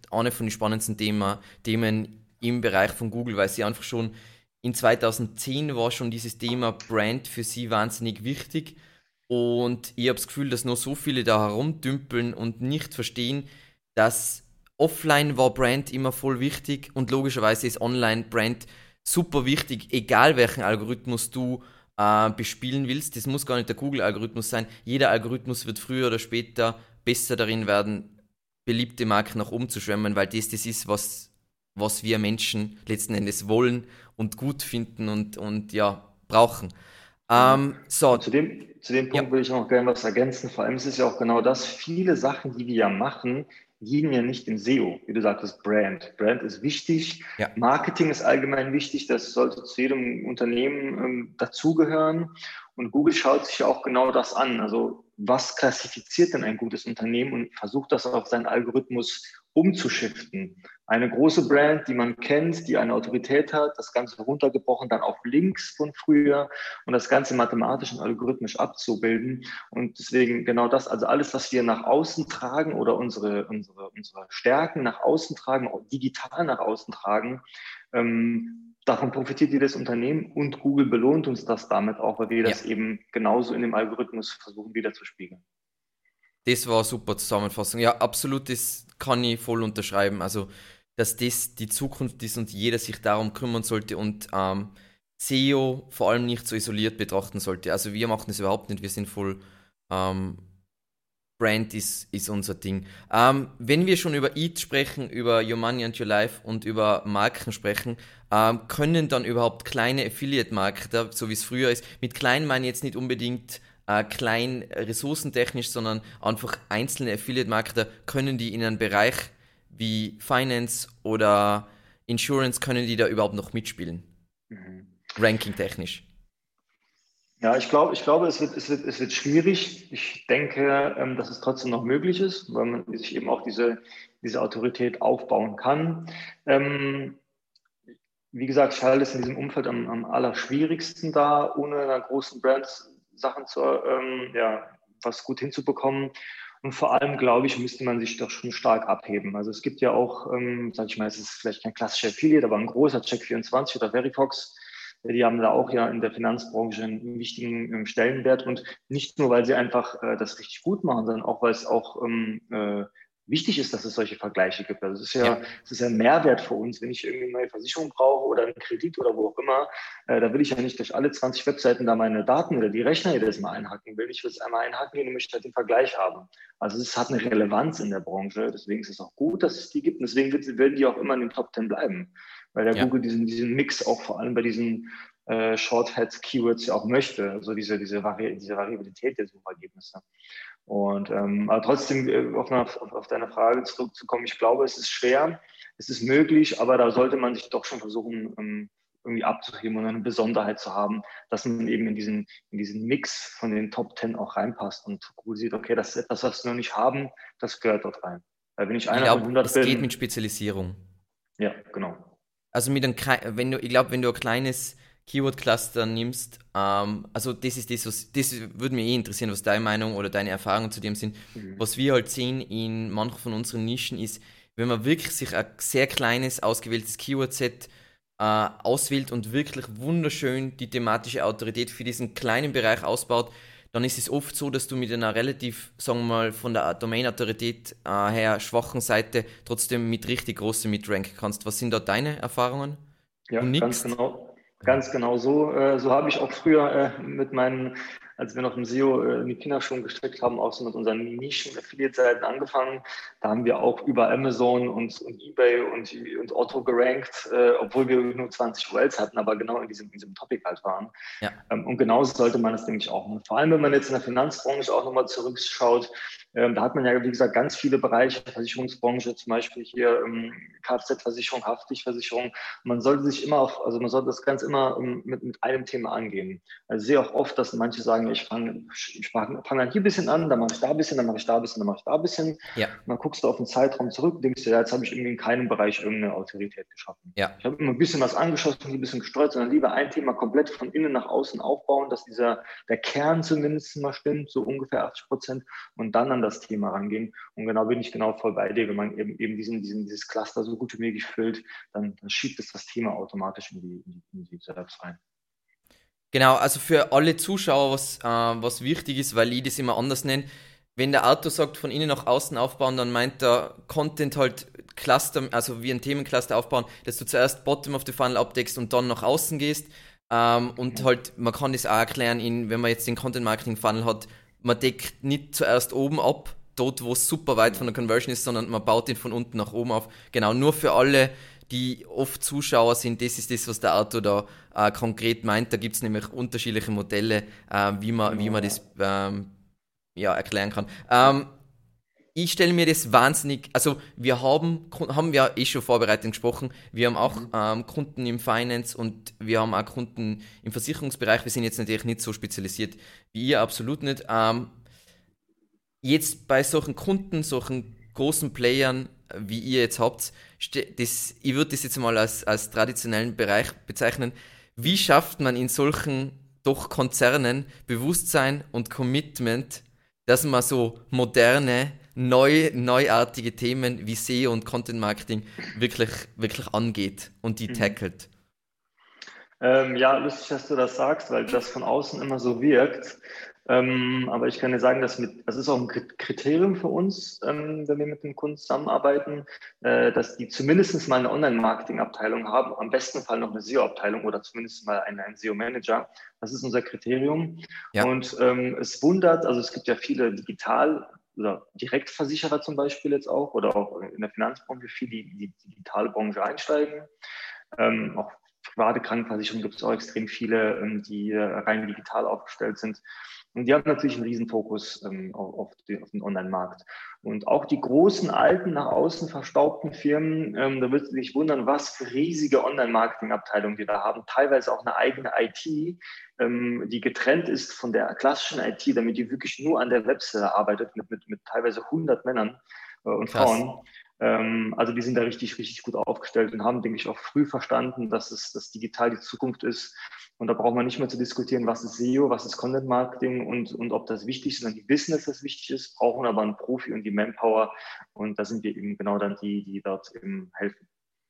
eine von den spannendsten Thema, Themen im Bereich von Google, weil sie einfach schon in zweitausendzehn war schon dieses Thema Brand für sie wahnsinnig wichtig. Und ich habe das Gefühl, dass noch so viele da herumdümpeln und nicht verstehen, dass offline war Brand immer voll wichtig und logischerweise ist online Brand super wichtig, egal welchen Algorithmus du äh, bespielen willst. Das muss gar nicht der Google-Algorithmus sein. Jeder Algorithmus wird früher oder später besser darin werden, beliebte Marken nach oben zu schwemmen, weil das das ist, was, was wir Menschen letzten Endes wollen und gut finden und, und ja, brauchen. Ähm, so, Und zu dem, zu dem ja, Punkt will ich noch gerne was ergänzen. Vor allem ist es ja auch genau das, viele Sachen, die wir ja machen, liegen ja nicht im S E O. Wie du sagtest, Brand. Brand ist wichtig. ja, Marketing ist allgemein wichtig. Das sollte zu jedem Unternehmen ähm, dazugehören. Und Google schaut sich ja auch genau das an. Also was klassifiziert denn ein gutes Unternehmen und versucht das auf seinen Algorithmus umzuschiften. Eine große Brand, die man kennt, die eine Autorität hat, das Ganze runtergebrochen dann auf Links von früher und das Ganze mathematisch und algorithmisch abzubilden. Und deswegen genau das, also alles, was wir nach außen tragen oder unsere, unsere, unsere Stärken nach außen tragen, auch digital nach außen tragen, ähm, davon profitiert jedes Unternehmen und Google belohnt uns das damit auch, weil wir ja. das eben genauso in dem Algorithmus versuchen wiederzuspiegeln. Das war eine super Zusammenfassung. Ja, absolut, das kann ich voll unterschreiben. Also, dass das die Zukunft ist und jeder sich darum kümmern sollte und ähm, S E O vor allem nicht so isoliert betrachten sollte. Also, wir machen das überhaupt nicht, wir sind voll ähm, Brand ist, ist unser Ding. Ähm, wenn wir schon über Eat sprechen, über Your Money and Your Life und über Marken sprechen, ähm, können dann überhaupt kleine Affiliate-Marketer, so wie es früher ist, mit klein meine ich jetzt nicht unbedingt äh, klein ressourcentechnisch, sondern einfach einzelne Affiliate-Marketer, können die in einem Bereich wie Finance oder Insurance, können die da überhaupt noch mitspielen? Mhm. Ranking-technisch. Ja, ich glaube, ich glaube, es wird, es wird, es wird schwierig. Ich denke, ähm, dass es trotzdem noch möglich ist, weil man sich eben auch diese, diese Autorität aufbauen kann. Ähm, wie gesagt, Schall ist in diesem Umfeld am, am allerschwierigsten da, ohne einer großen Brand Sachen zu, ähm, ja, was gut hinzubekommen. Und vor allem, glaube ich, müsste man sich doch schon stark abheben. Also es gibt ja auch, ähm, sage ich mal, es ist vielleicht kein klassischer Affiliate, aber ein großer Check vierundzwanzig oder Verifox. Die haben da auch ja in der Finanzbranche einen wichtigen ähm, Stellenwert und nicht nur, weil sie einfach äh, das richtig gut machen, sondern auch, weil es auch ähm, äh, wichtig ist, dass es solche Vergleiche gibt. Also es ist Ja, ja, es ist ja ein Mehrwert für uns, wenn ich irgendwie eine neue Versicherung brauche oder einen Kredit oder wo auch immer, äh, da will ich ja nicht durch alle zwanzig Webseiten da meine Daten oder die Rechner jedes Mal einhacken will. Ich will es einmal einhacken gehen und möchte halt den Vergleich haben. Also es hat eine Relevanz in der Branche, deswegen ist es auch gut, dass es die gibt und deswegen wird, werden die auch immer in den Top Ten bleiben, weil der ja. Google diesen, diesen Mix auch vor allem bei diesen äh, Shortheads-Keywords ja auch möchte, also diese, diese, Vari diese Variabilität der Suchergebnisse. Und ähm, aber trotzdem äh, auf, eine, auf, auf deine Frage zurückzukommen, ich glaube, es ist schwer, es ist möglich, aber da sollte man sich doch schon versuchen, ähm, irgendwie abzuheben und eine Besonderheit zu haben, dass man eben in diesen, in diesen Mix von den Top Ten auch reinpasst und Google sieht, okay, das ist etwas, was wir noch nicht haben, das gehört dort rein. Weil wenn ich Ich einer von glaube, hundert es geht mit bin, Spezialisierung. ja, genau. Also mit einem, wenn du, ich glaube, wenn du ein kleines Keyword-Cluster nimmst, ähm, also das ist das, was, das würde mich eh interessieren, was deine Meinung oder deine Erfahrungen zu dem sind. Mhm. Was wir halt sehen in manchen von unseren Nischen ist, wenn man wirklich sich ein sehr kleines, ausgewähltes Keyword-Set äh, auswählt und wirklich wunderschön die thematische Autorität für diesen kleinen Bereich ausbaut, dann ist es oft so, dass du mit einer relativ, sagen wir mal, von der Domain-Autorität äh, her schwachen Seite trotzdem mit richtig große mitranken kannst. Was sind da deine Erfahrungen? Ja, Du ganz nickst? genau. Ganz genau so. Äh, so habe ich auch früher äh, mit meinen, als wir noch im S E O äh, in die Kinderschuhen gestrickt haben, auch so mit unseren Nischen-Affiliate-Seiten angefangen. Da haben wir auch über Amazon und, und eBay und, und Otto gerankt, äh, obwohl wir nur zwanzig U R Ls hatten, aber genau in diesem, in diesem Topic halt waren. Ja, Ähm, und genauso sollte man das, denke ich, auch machen. Vor allem, wenn man jetzt in der Finanzbranche auch nochmal zurückschaut, ähm, da hat man ja, wie gesagt, ganz viele Bereiche, Versicherungsbranche, zum Beispiel hier ähm, Kfz-Versicherung, Haftpflichtversicherung. Man sollte sich immer auf, also man sollte das Ganze immer um, mit, mit einem Thema angehen. Also ich sehe auch oft, dass manche sagen, ich fange ich fang, fang dann hier ein bisschen an, dann mache ich da ein bisschen, dann mache ich da ein bisschen, dann mache ich da ein bisschen. Und ja, dann guckst du auf den Zeitraum zurück und denkst dir, ja, jetzt habe ich irgendwie in keinem Bereich irgendeine Autorität geschaffen. ja, Ich habe immer ein bisschen was angeschossen, ein bisschen gestreut, sondern lieber ein Thema komplett von innen nach außen aufbauen, dass dieser, der Kern zumindest mal stimmt, so ungefähr achtzig Prozent, und dann an das Thema rangehen. Und genau bin ich genau voll bei dir. Wenn man eben, eben diesen, diesen, dieses Cluster so gut wie möglich füllt, dann, dann schiebt es das Thema automatisch in die, in die, in die Setups rein. Genau, also für alle Zuschauer, was, äh, was wichtig ist, weil ich das immer anders nenne, wenn der Autor sagt, von innen nach außen aufbauen, dann meint er Content halt Cluster, also wie ein Themencluster aufbauen, dass du zuerst Bottom of the Funnel abdeckst und dann nach außen gehst. Ähm, und halt, man kann das auch erklären, in, wenn man jetzt den Content Marketing Funnel hat, man deckt nicht zuerst oben ab, dort wo es super weit von der Conversion ist, sondern man baut ihn von unten nach oben auf. Genau, nur für alle, die oft Zuschauer sind, das ist das, was der Autor da äh, konkret meint. Da gibt es nämlich unterschiedliche Modelle, äh, wie, man, wie man das ähm, ja, erklären kann. Ähm, ich stelle mir das wahnsinnig, also wir haben, haben wir eh schon vorbereitet gesprochen, wir haben auch ähm, Kunden im Finance und wir haben auch Kunden im Versicherungsbereich, wir sind jetzt natürlich nicht so spezialisiert wie ihr, absolut nicht. Ähm, jetzt bei solchen Kunden, solchen großen Playern, wie ihr jetzt habt, das, ich würde das jetzt mal als, als traditionellen Bereich bezeichnen. Wie schafft man in solchen doch Konzernen Bewusstsein und Commitment, dass man so moderne, neu, neuartige Themen wie S E O und Content Marketing wirklich, wirklich angeht und die Mhm. tackelt? Ähm, ja, lustig, dass du das sagst, weil das von außen immer so wirkt. Ähm, aber ich kann dir sagen, dass mit, das ist auch ein Kriterium für uns, ähm, wenn wir mit den Kunden zusammenarbeiten, äh, dass die zumindest mal eine Online-Marketing-Abteilung haben, am besten Fall noch eine S E O-Abteilung oder zumindest mal einen, einen S E O-Manager. Das ist unser Kriterium. Ja. Und ähm, es wundert, also es gibt ja viele Digital- oder Direktversicherer zum Beispiel jetzt auch oder auch in der Finanzbranche, viele, die in die digitale Branche einsteigen. Ähm, auch private Krankenversicherungen gibt es auch extrem viele, ähm, die äh, rein digital aufgestellt sind. Und die haben natürlich einen Riesenfokus ähm, auf, auf, den, auf den Online-Markt. Und auch die großen, alten, nach außen verstaubten Firmen, ähm, da wirst du dich wundern, was für riesige Online-Marketing-Abteilungen die da haben. Teilweise auch eine eigene I T, ähm, die getrennt ist von der klassischen I T, damit die wirklich nur an der Webseite arbeitet, mit, mit, mit teilweise hundert Männern äh, und Krass. Frauen. Ähm, also die sind da richtig, richtig gut aufgestellt und haben, denke ich, auch früh verstanden, dass es das digital die Zukunft ist. Und da braucht man nicht mehr zu diskutieren, was ist S E O, was ist Content Marketing und, und ob das wichtig ist, sondern die wissen, dass das wichtig ist, brauchen aber einen Profi und die Manpower. Und da sind wir eben genau dann die, die dort eben helfen.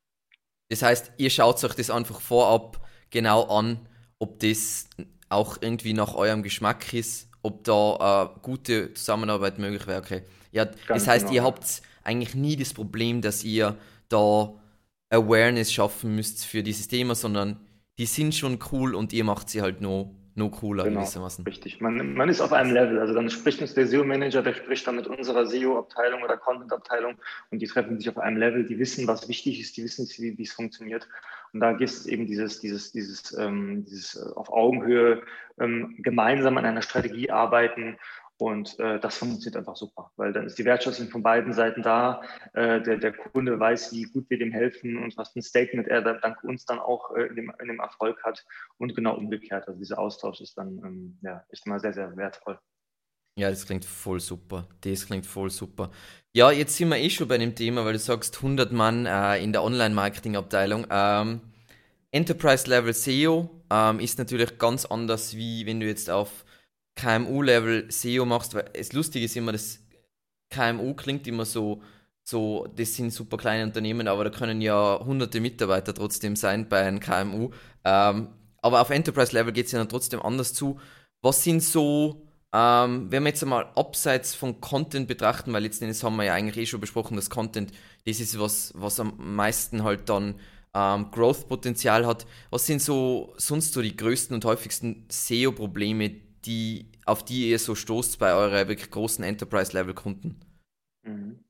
Das heißt, ihr schaut euch das einfach vorab genau an, ob das auch irgendwie nach eurem Geschmack ist, ob da äh, gute Zusammenarbeit möglich wäre. Okay. Ja, das Ganz heißt, genau, ihr ja. habt eigentlich nie das Problem, dass ihr da Awareness schaffen müsst für dieses Thema, sondern die sind schon cool und ihr macht sie halt noch, noch cooler Genau, gewissermaßen. richtig. Man, man ist auf einem Level. Also dann spricht uns der S E O-Manager, der spricht dann mit unserer S E O-Abteilung oder Content-Abteilung und die treffen sich auf einem Level, die wissen, was wichtig ist, die wissen, wie, wie es funktioniert. Und da geht es eben dieses, dieses, dieses, ähm, dieses äh, auf Augenhöhe ähm, gemeinsam an einer Strategie arbeiten. Und äh, das funktioniert einfach super, weil dann ist die Wertschätzung von beiden Seiten da. Äh, der, der Kunde weiß, wie gut wir dem helfen und was für ein Statement er dann, dank uns dann auch äh, in, dem, in dem Erfolg hat. Und genau umgekehrt. Also dieser Austausch ist dann ähm, ja, echt mal sehr, sehr wertvoll. Ja, das klingt voll super. Das klingt voll super. Ja, jetzt sind wir eh schon bei dem Thema, weil du sagst hundert Mann äh, in der Online-Marketing-Abteilung. Ähm, Enterprise-Level S E O ähm, ist natürlich ganz anders, wie wenn du jetzt auf K M U-Level S E O machst, weil es lustig ist immer, das K M U klingt immer so, so, das sind super kleine Unternehmen, aber da können ja hunderte Mitarbeiter trotzdem sein bei einem K M U. Ähm, aber auf Enterprise-Level geht es ja dann trotzdem anders zu. Was sind so, ähm, wenn wir jetzt einmal abseits von Content betrachten, weil letzten Endes haben wir ja eigentlich eh schon besprochen, dass Content, das ist was, was am meisten halt dann ähm, Growth-Potenzial hat. Was sind so sonst so die größten und häufigsten S E O-Probleme, die, auf die ihr so stoßt bei euren wirklich großen Enterprise-Level-Kunden? Mhm.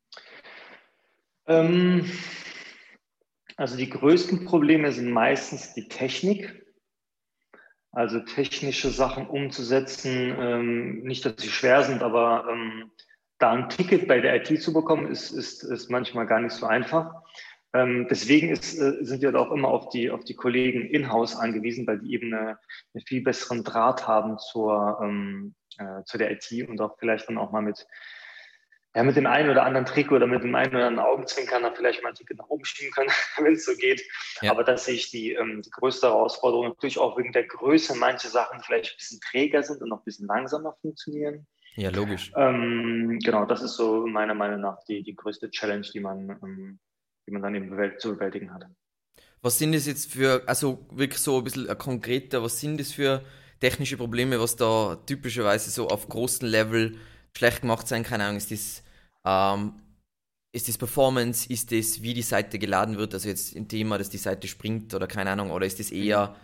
Ähm, also die größten Probleme sind meistens die Technik, also technische Sachen umzusetzen. Ähm, nicht, dass sie schwer sind, aber ähm, da ein Ticket bei der I T zu bekommen, ist, ist, ist manchmal gar nicht so einfach. Ähm, deswegen ist, äh, sind wir auch immer auf die, auf die Kollegen in-house angewiesen, weil die eben eine, einen viel besseren Draht haben zur, ähm, äh, zu der I T und auch vielleicht dann auch mal mit, ja, mit dem einen oder anderen Trick oder mit dem einen oder anderen Augenzwinkern dann vielleicht mal ein Ticket nach oben schieben können, wenn es so geht. Ja. Aber das sehe ich die, ähm, die größte Herausforderung. Natürlich auch wegen der Größe manche Sachen vielleicht ein bisschen träger sind und noch ein bisschen langsamer funktionieren. Ja, logisch. Ähm, genau, das ist so meiner Meinung nach die, die größte Challenge, die man, ähm, die man dann eben bewält zu bewältigen hat. Was sind das jetzt für, also wirklich so ein bisschen äh, konkreter, was sind das für technische Probleme, was da typischerweise so auf großem Level schlecht gemacht sein kann? Keine Ahnung, ist das, ähm, ist das Performance, ist das, wie die Seite geladen wird, also jetzt ein Thema, dass die Seite springt oder keine Ahnung, oder ist das Mhm. eher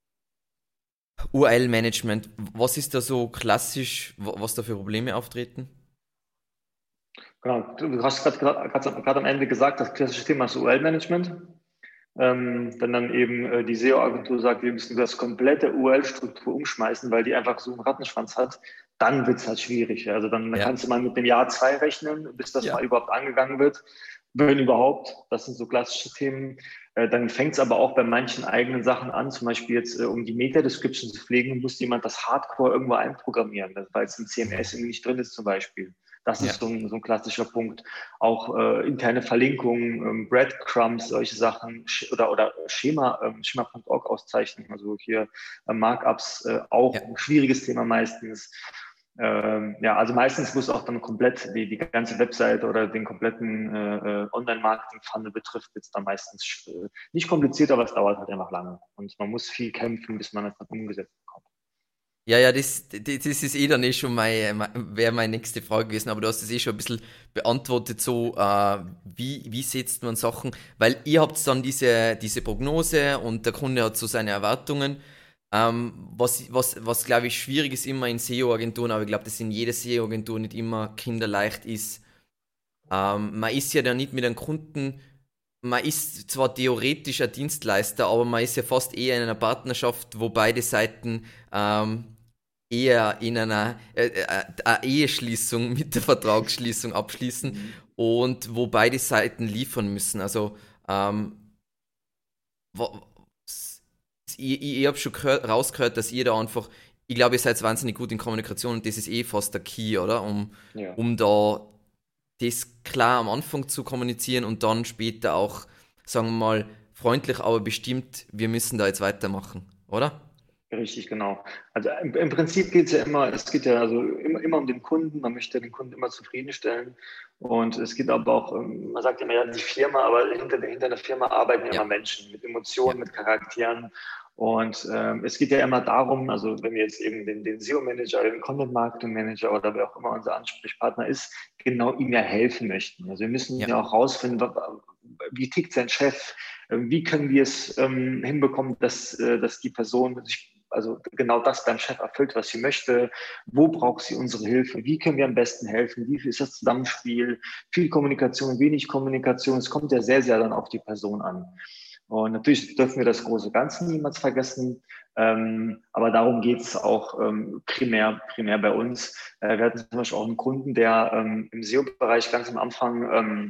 U R L-Management? Was ist da so klassisch, wa- was da für Probleme auftreten? Genau, du hast gerade am Ende gesagt, das klassische Thema ist U R L-Management. Ähm, wenn dann eben äh, die S E O-Agentur sagt, wir müssen das komplette U R L-Struktur umschmeißen, weil die einfach so einen Rattenschwanz hat, dann wird es halt schwierig. Ja. Also dann, dann Ja. kannst du mal mit dem Jahr zwei rechnen, bis das mal Ja. überhaupt angegangen wird, wenn überhaupt. Das sind so klassische Themen. Äh, dann fängt es aber auch bei manchen eigenen Sachen an, zum Beispiel jetzt, äh, um die Meta-Description zu pflegen, muss jemand das Hardcore irgendwo einprogrammieren, weil es im C M S irgendwie nicht drin ist zum Beispiel. Das Ja. ist so ein, so ein klassischer Punkt. Auch äh, interne Verlinkungen, ähm, Breadcrumbs, solche Sachen sch- oder, oder Schema, ähm, schema Punkt org Auszeichnungen, also hier äh, Markups, äh, Ja. auch ein schwieriges Thema meistens. Ähm, ja, also meistens muss auch dann komplett die, die ganze Webseite oder den kompletten äh, äh, Online-Marketing-Funnel betrifft, jetzt dann meistens äh, nicht kompliziert, aber es dauert halt einfach lange. Und man muss viel kämpfen, bis man das dann umgesetzt bekommt. Ja, ja, das, das, das ist eh dann eh schon meine, mein, wäre meine nächste Frage gewesen, aber du hast es eh schon ein bisschen beantwortet, so, äh, wie, wie setzt man Sachen, weil ihr habt dann diese, diese Prognose und der Kunde hat so seine Erwartungen. Ähm, was, was, was glaube ich schwierig ist immer in S E O-Agenturen, aber ich glaube, dass in jeder S E O-Agentur nicht immer kinderleicht ist. Ähm, man ist ja dann nicht mit einem Kunden, man ist zwar theoretisch ein Dienstleister, aber man ist ja fast eher in einer Partnerschaft, wo beide Seiten ähm, eher in einer äh, äh, eine Eheschließung mit der Vertragsschließung abschließen Mhm. und wo beide Seiten liefern müssen. Also ähm, wa- s- ich, ich, ich habe schon gehört, rausgehört, dass ihr da einfach, ich glaube, ihr seid wahnsinnig gut in Kommunikation und das ist eh fast der Key, oder? Um, Ja. um da das klar am Anfang zu kommunizieren und dann später auch, sagen wir mal, freundlich, aber bestimmt, wir müssen da jetzt weitermachen, oder? Richtig, genau. Also im, im Prinzip geht es ja immer, es geht ja also immer, immer um den Kunden, man möchte den Kunden immer zufriedenstellen. Und es geht aber auch, ähm, man sagt immer ja die Firma, aber hinter, hinter einer Firma arbeiten ja Ja, immer Menschen mit ja, Emotionen, mit Charakteren. Und ähm, es geht ja immer darum, also wenn wir jetzt eben den, den S E O-Manager oder den Content-Marketing-Manager oder wer auch immer unser Ansprechpartner ist, genau ihm ja helfen möchten. Also wir müssen ja, ja auch rausfinden, wie tickt sein Chef, wie können wir es ähm, hinbekommen, dass, äh, dass die Person sich also genau das beim Chef erfüllt, was sie möchte. Wo braucht sie unsere Hilfe? Wie können wir am besten helfen? Wie ist das Zusammenspiel? Viel Kommunikation, wenig Kommunikation. Es kommt ja sehr, sehr dann auf die Person an. Und natürlich dürfen wir das große Ganze niemals vergessen. Ähm, aber darum geht es auch ähm, primär, primär bei uns. Äh, wir hatten zum Beispiel auch einen Kunden, der ähm, im S E O-Bereich ganz am Anfang ähm,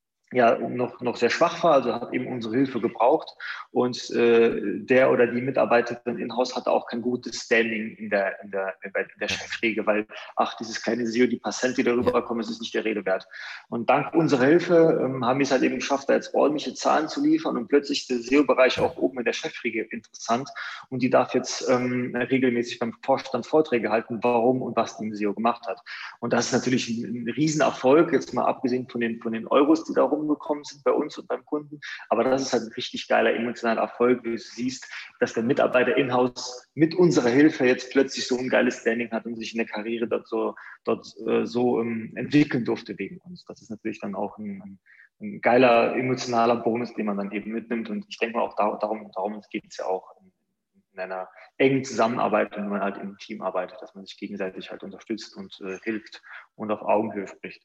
ja noch, noch sehr schwach war, also hat eben unsere Hilfe gebraucht. Und äh, der oder die Mitarbeiterin in-house hatte auch kein gutes Standing in der, in der, in der ja, Chefriege, weil, ach, dieses kleine S E O, die Passant, die ja, darüber kommen, es ist nicht der Rede wert. Und dank unserer Hilfe ähm, haben wir es halt eben geschafft, da jetzt ordentliche Zahlen zu liefern und plötzlich ist der S E O-Bereich auch oben in der Chefriege interessant und die darf jetzt ähm, regelmäßig beim Vorstand Vorträge halten, warum und was die im S E O gemacht hat. Und das ist natürlich ein, ein Riesenerfolg, jetzt mal abgesehen von den, von den Euros, die da rumgekommen sind bei uns und beim Kunden. Aber das ist halt ein richtig geiler emotionaler Erfolg, wie du siehst, dass der Mitarbeiter in-house mit unserer Hilfe jetzt plötzlich so ein geiles Standing hat und sich in der Karriere dort so, dort, äh, so ähm, entwickeln durfte wegen uns. Das ist natürlich dann auch ein, ein, ein geiler emotionaler Bonus, den man dann eben mitnimmt. Und ich denke mal auch da, darum, darum geht es ja auch in, in einer engen Zusammenarbeit, wenn man halt im Team arbeitet, dass man sich gegenseitig halt unterstützt und äh, hilft und auf Augenhöhe spricht.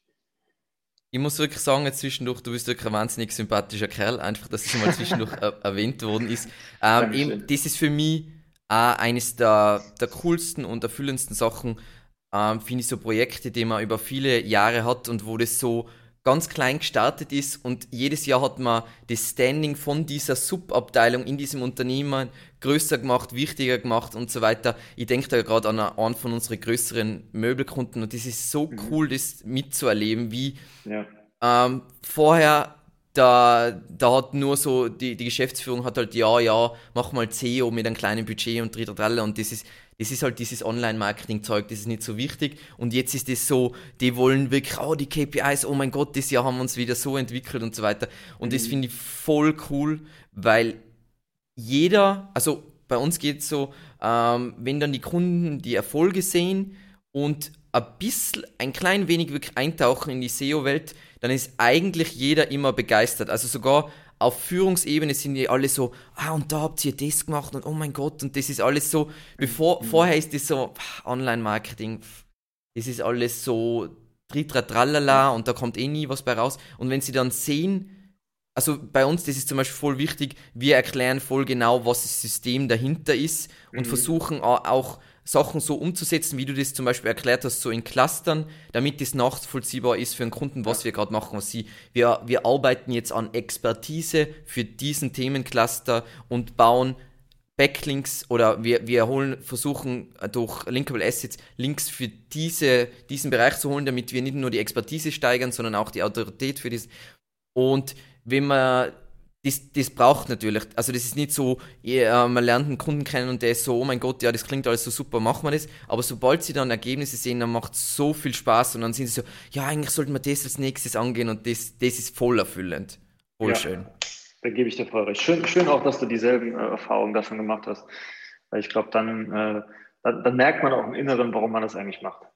ich muss wirklich sagen, jetzt zwischendurch, du bist wirklich ein wahnsinnig sympathischer Kerl, einfach, dass es mal zwischendurch äh, erwähnt worden ist. Ähm, eben, Dankeschön. das ist für mich auch eines der, der coolsten und erfüllendsten Sachen, ähm, finde ich, so Projekte, die man über viele Jahre hat und wo das so ganz klein gestartet ist und jedes Jahr hat man das Standing von dieser Subabteilung in diesem Unternehmen größer gemacht, wichtiger gemacht und so weiter. Ich denke da gerade an einen von unseren größeren Möbelkunden und das ist so Mhm. cool, das mitzuerleben, wie Ja. ähm, vorher da, da hat nur so, die, die Geschäftsführung hat halt, ja, ja, mach mal S E O mit einem kleinen Budget und dritter und das ist, das ist halt dieses Online-Marketing-Zeug, das ist nicht so wichtig. Und jetzt ist es so, die wollen wirklich, oh, die K P Is, oh mein Gott, das Jahr haben wir uns wieder so entwickelt und so weiter. Und das finde ich voll cool, weil jeder, also bei uns geht es so, ähm, wenn dann die Kunden die Erfolge sehen und ein bisschen, ein klein wenig wirklich eintauchen in die S E O-Welt, dann ist eigentlich jeder immer begeistert. Also sogar auf Führungsebene sind die alle so, ah, und da habt ihr das gemacht und oh mein Gott, und das ist alles so, bevor, mhm. vorher ist das so, Online-Marketing, das ist alles so tritra tralala und da kommt eh nie was bei raus. Und wenn sie dann sehen, also bei uns, das ist zum Beispiel voll wichtig, wir erklären voll genau, was das System dahinter ist und mhm. versuchen auch Sachen so umzusetzen, wie du das zum Beispiel erklärt hast, so in Clustern, damit das nachvollziehbar ist für einen Kunden, was ja. wir gerade machen. Was sie, wir, wir arbeiten jetzt an Expertise für diesen Themencluster und bauen Backlinks oder wir, wir holen, versuchen durch Linkable Assets Links für diese, diesen Bereich zu holen, damit wir nicht nur die Expertise steigern, sondern auch die Autorität für das. Und wenn man, das, das braucht natürlich, also das ist nicht so, ja, man lernt einen Kunden kennen und der ist so, oh mein Gott, ja, das klingt alles so super, machen wir das. Aber sobald sie dann Ergebnisse sehen, dann macht es so viel Spaß und dann sind sie so, ja, eigentlich sollten wir das als nächstes angehen und das, das ist voll erfüllend. Voll ja, schön. Da gebe ich dir voll recht. Schön, schön auch, dass du dieselben äh, Erfahrungen davon gemacht hast. Weil ich glaube, dann, äh, dann, dann merkt man auch im Inneren, warum man das eigentlich macht.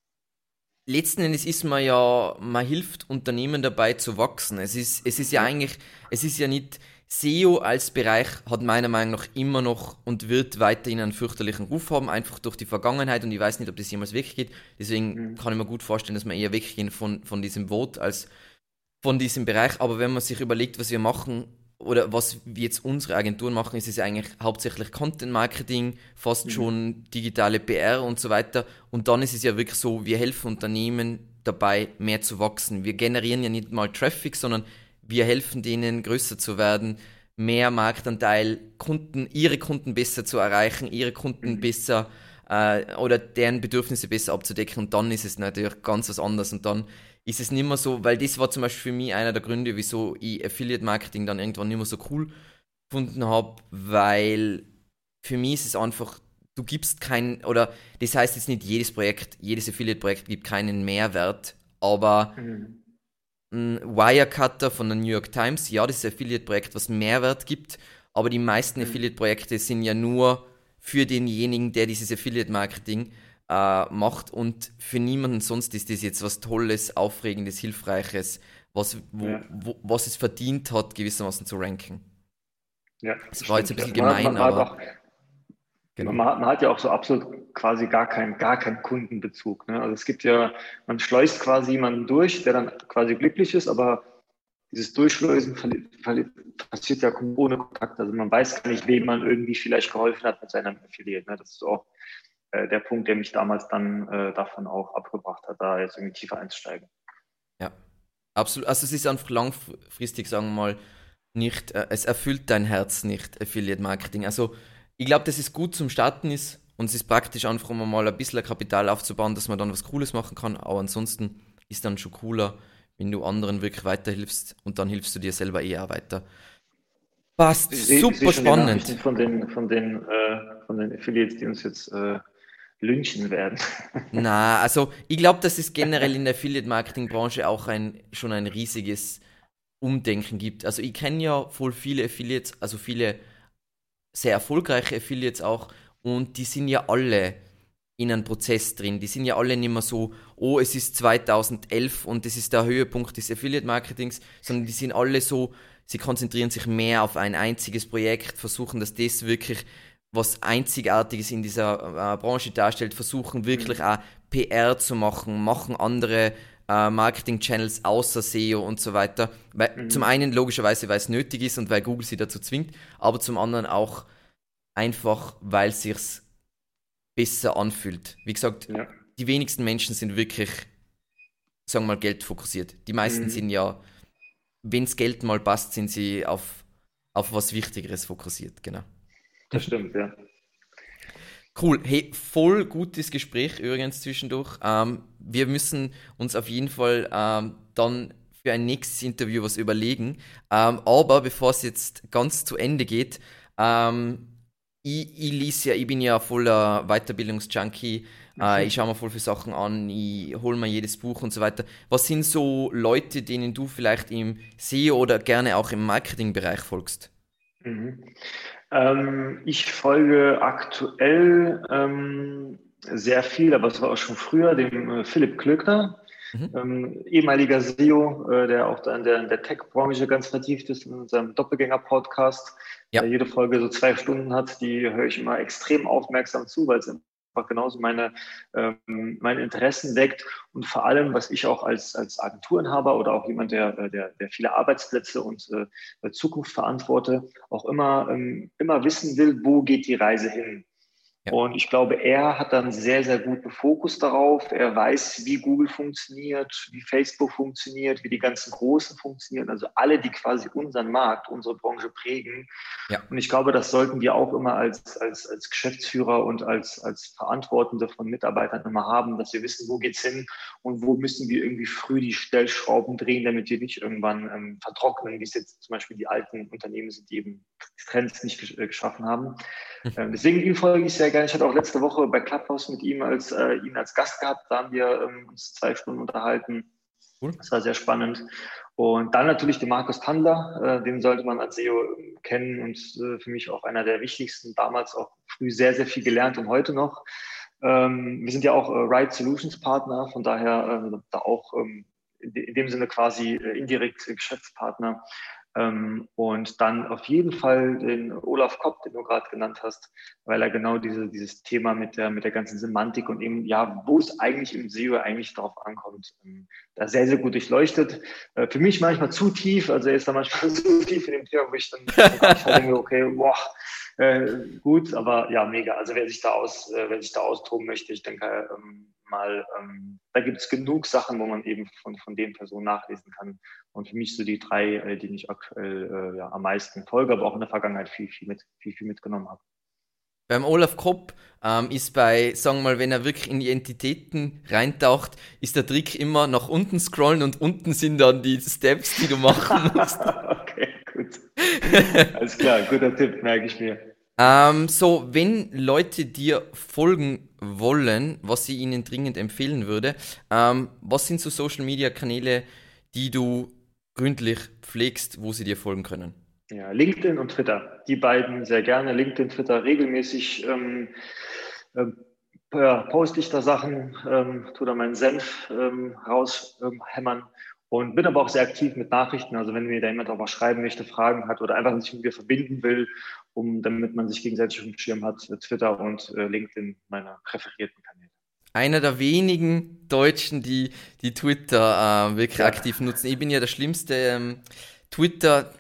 Letzten Endes ist man ja, man hilft Unternehmen dabei zu wachsen. Es ist, es ist ja eigentlich, es ist ja nicht, S E O als Bereich hat meiner Meinung nach immer noch und wird weiterhin einen fürchterlichen Ruf haben, einfach durch die Vergangenheit und ich weiß nicht, ob das jemals weggeht. Deswegen mhm. kann ich mir gut vorstellen, dass wir eher weggehen von, von diesem Vote als von diesem Bereich. Aber wenn man sich überlegt, was wir machen oder was wir jetzt unsere Agenturen machen, ist es ja eigentlich hauptsächlich Content Marketing, fast mhm. schon digitale P R und so weiter. Und dann ist es ja wirklich so, wir helfen Unternehmen dabei, mehr zu wachsen. Wir generieren ja nicht mal Traffic, sondern wir helfen denen, größer zu werden, mehr Marktanteil, Kunden, ihre Kunden besser zu erreichen, ihre Kunden mhm. besser äh, oder deren Bedürfnisse besser abzudecken. Und dann ist es natürlich ganz was anderes. Und dann ist es nicht mehr so, weil das war zum Beispiel für mich einer der Gründe, wieso ich Affiliate-Marketing dann irgendwann nicht mehr so cool gefunden habe, weil für mich ist es einfach, du gibst keinen, oder das heißt jetzt nicht jedes Projekt, jedes Affiliate-Projekt gibt keinen Mehrwert, aber mhm. ein Wirecutter von der New York Times, ja, das ist ein Affiliate-Projekt, was Mehrwert gibt, aber die meisten mhm. Affiliate-Projekte sind ja nur für denjenigen, der dieses Affiliate-Marketing macht und für niemanden sonst ist das jetzt was Tolles, Aufregendes, Hilfreiches, was, wo, ja. wo, was es verdient hat, gewissermaßen zu ranken. Ja, das, das war jetzt ein bisschen ja. gemein, man, man aber... Auch, genau. man, hat, man hat ja auch so absolut quasi gar keinen gar keinen Kundenbezug. Ne? Also es gibt ja, man schleust quasi jemanden durch, der dann quasi glücklich ist, aber dieses Durchschleusen passiert ja ohne Kontakt. Also man weiß gar nicht, wem man irgendwie vielleicht geholfen hat mit seinem Affiliate. Ne? Das ist auch der Punkt, der mich damals dann äh, davon auch abgebracht hat, da jetzt irgendwie tiefer einzusteigen. Ja, absolut. Also es ist einfach langfristig, sagen wir mal, nicht, äh, es erfüllt dein Herz nicht, Affiliate Marketing. Also ich glaube, dass es gut zum Starten ist und es ist praktisch einfach, um mal ein bisschen Kapital aufzubauen, dass man dann was Cooles machen kann, aber ansonsten ist dann schon cooler, wenn du anderen wirklich weiterhilfst und dann hilfst du dir selber eher weiter. Passt, ich super ich spannend. Von den, von, den, äh, von den Affiliates, die uns jetzt äh, lynchen werden. Na, also ich glaube, dass es generell in der Affiliate-Marketing-Branche auch ein, schon ein riesiges Umdenken gibt. Also ich kenne ja voll viele Affiliates, also viele sehr erfolgreiche Affiliates auch und die sind ja alle in einem Prozess drin. Die sind ja alle nicht mehr so, oh, es ist zweitausendelf und das ist der Höhepunkt des Affiliate-Marketings, sondern die sind alle so, sie konzentrieren sich mehr auf ein einziges Projekt, versuchen, dass das wirklich was Einzigartiges in dieser äh, Branche darstellt, versuchen wirklich mhm. auch P R zu machen, machen andere äh, Marketing-Channels außer S E O und so weiter. Weil, mhm. Zum einen logischerweise, weil es nötig ist und weil Google sie dazu zwingt, aber zum anderen auch einfach, weil es sich besser anfühlt. Wie gesagt, ja. die wenigsten Menschen sind wirklich, sagen wir mal, geldfokussiert. Die meisten mhm. sind ja, wenn das Geld mal passt, sind sie auf, auf was Wichtigeres fokussiert, genau. Das stimmt, ja. Cool. Hey, voll gutes Gespräch übrigens zwischendurch. Ähm, wir müssen uns auf jeden Fall ähm, dann für ein nächstes Interview was überlegen. Ähm, aber bevor es jetzt ganz zu Ende geht, ähm, ich, ich lese ja, ich bin ja voller Weiterbildungsjunkie. Äh, ich schaue mir voll viele Sachen an, ich hole mir jedes Buch und so weiter. Was sind so Leute, denen du vielleicht im S E O oder gerne auch im Marketingbereich folgst? Mhm. Ähm, ich folge aktuell ähm, sehr viel, aber es war auch schon früher, dem äh, Philipp Klöckner, Mhm. ähm, ehemaliger S E O, äh, der auch da in der, in der Tech-Branche ganz vertieft ist, in seinem Doppelgänger-Podcast, Ja, der jede Folge so zwei Stunden hat. Die höre ich immer extrem aufmerksam zu, weil es einfach genauso meine, ähm, meine Interessen weckt. Und vor allem, was ich auch als, als Agenturenhaber oder auch jemand, der, der, der viele Arbeitsplätze und äh, Zukunft verantworte, auch immer, ähm, immer wissen will, wo geht die Reise hin. ja, Und ich glaube, er hat dann sehr, sehr guten Fokus darauf. Er weiß, wie Google funktioniert, wie Facebook funktioniert, wie die ganzen Großen funktionieren. Also alle, die quasi unseren Markt, unsere Branche prägen. ja. Und ich glaube, das sollten wir auch immer als, als, als Geschäftsführer und als, als Verantwortende von Mitarbeitern immer haben, dass wir wissen, wo geht's hin und wo müssen wir irgendwie früh die Stellschrauben drehen, damit wir nicht irgendwann ähm, vertrocknen, wie es jetzt zum Beispiel die alten Unternehmen sind, die eben Trends nicht gesch- äh, geschaffen haben. Ähm, deswegen ihm folge ich sehr gerne. Ich hatte auch letzte Woche bei Clubhouse mit ihm als äh, ihn als Gast gehabt. Da haben wir ähm, uns zwei Stunden unterhalten. Cool. Das war sehr spannend. Und dann natürlich den Markus Tandler, äh, den sollte man als S E O kennen und äh, für mich auch einer der wichtigsten, damals auch früh sehr, sehr viel gelernt und heute noch. Ähm, wir sind ja auch äh, Right Solutions Partner, von daher äh, da auch ähm, in, de in dem Sinne quasi äh, indirekt Geschäftspartner. Ähm, und dann auf jeden Fall den Olaf Kopp, den du gerade genannt hast, weil er genau diese, dieses Thema mit der, mit der ganzen Semantik und eben, ja, wo es eigentlich im S E O eigentlich drauf ankommt, ähm, da sehr, sehr gut durchleuchtet. Äh, für mich manchmal zu tief, also er ist da manchmal zu tief in dem Thema, wo ich dann, dann ich halt denke, okay, boah, äh, gut, aber ja, mega. Also wer sich da aus, äh, wer sich da austoben möchte, ich denke ähm, mal, ähm, da gibt es genug Sachen, wo man eben von, von den Personen nachlesen kann. Und für mich so die drei, äh, die ich aktuell äh, ja, am meisten folge, aber auch in der Vergangenheit viel, viel, mit, viel, viel mitgenommen habe. Beim Olaf Kopp ähm, ist bei, sagen wir mal, wenn er wirklich in die Entitäten reintaucht, ist der Trick immer nach unten scrollen und unten sind dann die Steps, die du machen musst. Okay, gut. Alles klar, guter Tipp, merke ich mir. ähm, so, wenn Leute dir folgen wollen, was ich ihnen dringend empfehlen würde, ähm, was sind so Social Media Kanäle, die du gründlich pflegst, wo sie dir folgen können? Ja, LinkedIn und Twitter, die beiden sehr gerne. LinkedIn, Twitter regelmäßig ähm, ähm, ja, poste ich da Sachen, ähm, tue da meinen Senf ähm, raushämmern ähm, und bin aber auch sehr aktiv mit Nachrichten. Also wenn mir da jemand auch was schreiben möchte, Fragen hat oder einfach sich mit mir verbinden will, um, damit man sich gegenseitig auf dem Schirm hat, Twitter und äh, LinkedIn meine präferierten Kanäle. Einer der wenigen Deutschen, die, die Twitter äh, wirklich Ja. aktiv nutzen. Ich bin ja der schlimmste ähm, Twitter.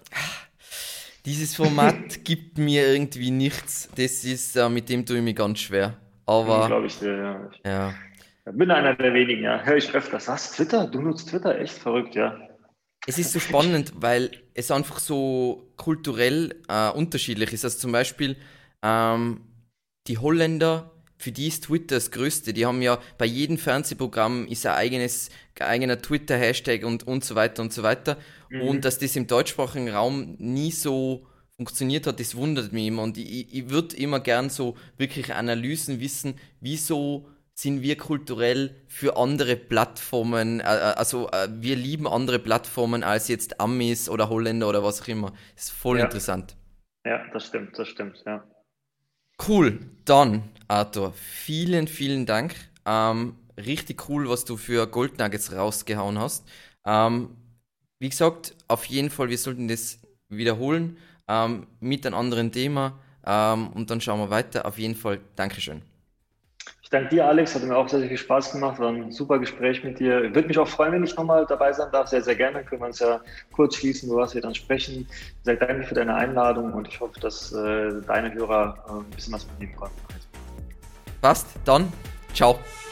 Dieses Format gibt mir irgendwie nichts. Das ist, äh, mit dem tue ich mich ganz schwer. Aber, Glaube ich dir, ja. Ich ja. bin einer der wenigen, ja. Höre ich öfters. Was? Twitter? Du nutzt Twitter? Echt verrückt, ja. Es ist so spannend, weil es einfach so kulturell äh, unterschiedlich ist. Also zum Beispiel ähm, die Holländer, für die ist Twitter das Größte. Die haben ja bei jedem Fernsehprogramm ist ein eigenes, ein eigener Twitter-Hashtag und, und so weiter und so weiter. Mhm. Und dass das im deutschsprachigen Raum nie so funktioniert hat, das wundert mich immer. Und ich, ich würde immer gern so wirklich Analysen wissen, wieso sind wir kulturell für andere Plattformen, äh, also äh, wir lieben andere Plattformen als jetzt Amis oder Holländer oder was auch immer. Das ist voll Ja. interessant. Ja, das stimmt, das stimmt, ja. Cool, dann Arthur, vielen, vielen Dank. Ähm, richtig cool, was du für Goldnuggets rausgehauen hast. Ähm, wie gesagt, auf jeden Fall, wir sollten das wiederholen ähm, mit einem anderen Thema ähm, und dann schauen wir weiter. Auf jeden Fall, Dankeschön. Ich danke dir, Alex. Hat mir auch sehr, sehr viel Spaß gemacht. War ein super Gespräch mit dir. Ich würde mich auch freuen, wenn ich nochmal dabei sein darf. Sehr, sehr gerne. Dann können wir uns ja kurz schließen, über was wir dann sprechen. Sehr danke für deine Einladung und ich hoffe, dass äh, deine Hörer äh, ein bisschen was mitnehmen konnten. Passt, dann, ciao.